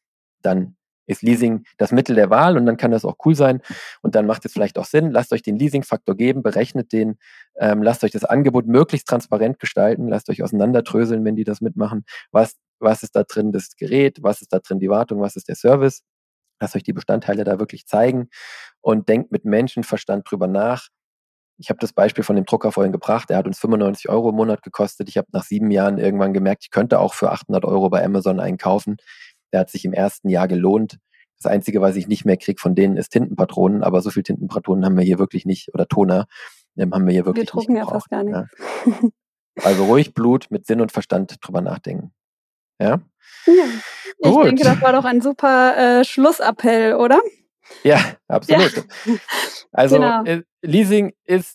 dann ist Leasing das Mittel der Wahl und dann kann das auch cool sein und dann macht es vielleicht auch Sinn. Lasst euch den Leasing-Faktor geben, berechnet den, ähm, lasst euch das Angebot möglichst transparent gestalten, lasst euch auseinanderdröseln, wenn die das mitmachen. Was, was ist da drin das Gerät, was ist da drin die Wartung, was ist der Service? Lasst euch die Bestandteile da wirklich zeigen und denkt mit Menschenverstand drüber nach. Ich habe das Beispiel von dem Drucker vorhin gebracht. Der hat uns fünfundneunzig Euro im Monat gekostet. Ich habe nach sieben Jahren irgendwann gemerkt, ich könnte auch für achthundert Euro bei Amazon einkaufen. Der hat sich im ersten Jahr gelohnt. Das Einzige, was ich nicht mehr kriege von denen, ist Tintenpatronen. Aber so viel Tintenpatronen haben wir hier wirklich nicht, oder Toner ähm, haben wir hier wirklich wir nicht gebraucht. Ja fast gar nicht. Ja. Also ruhig Blut mit Sinn und Verstand drüber nachdenken. Ja? Ja. Ich Gut. denke, das war doch ein super äh, Schlussappell, oder? Ja, absolut. Ja. Also genau. äh, Leasing ist,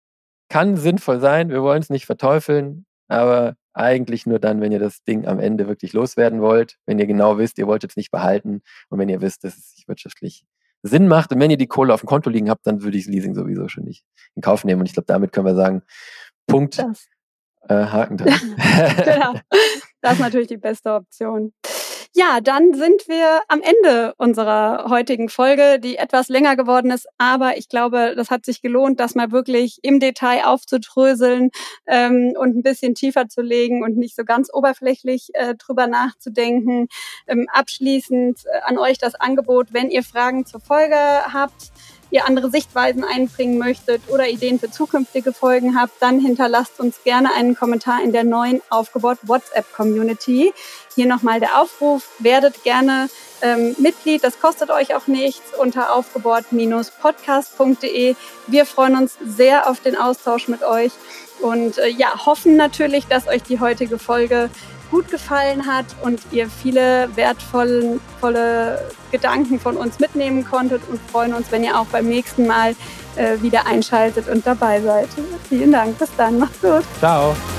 kann sinnvoll sein, wir wollen es nicht verteufeln, aber eigentlich nur dann, wenn ihr das Ding am Ende wirklich loswerden wollt, wenn ihr genau wisst, ihr wollt es nicht behalten und wenn ihr wisst, dass es sich wirtschaftlich Sinn macht und wenn ihr die Kohle auf dem Konto liegen habt, dann würde ich das Leasing sowieso schon nicht in Kauf nehmen und ich glaube, damit können wir sagen, Punkt, das. Äh, Haken dran. Genau, das ist natürlich die beste Option. Ja, dann sind wir am Ende unserer heutigen Folge, die etwas länger geworden ist, aber ich glaube, das hat sich gelohnt, das mal wirklich im Detail aufzudröseln ähm, und ein bisschen tiefer zu legen und nicht so ganz oberflächlich äh, drüber nachzudenken. Ähm, abschließend äh, an euch das Angebot, wenn ihr Fragen zur Folge habt, ihr andere Sichtweisen einbringen möchtet oder Ideen für zukünftige Folgen habt, dann hinterlasst uns gerne einen Kommentar in der neuen Aufgebaut WhatsApp-Community. Hier nochmal der Aufruf, werdet gerne ähm, Mitglied, das kostet euch auch nichts, unter aufgebaut Podcast punkt de. Wir freuen uns sehr auf den Austausch mit euch und äh, ja, hoffen natürlich, dass euch die heutige Folge gut gefallen hat und ihr viele wertvolle volle Gedanken von uns mitnehmen konntet und freuen uns, wenn ihr auch beim nächsten Mal äh, wieder einschaltet und dabei seid. Vielen Dank, bis dann, macht's gut. Ciao.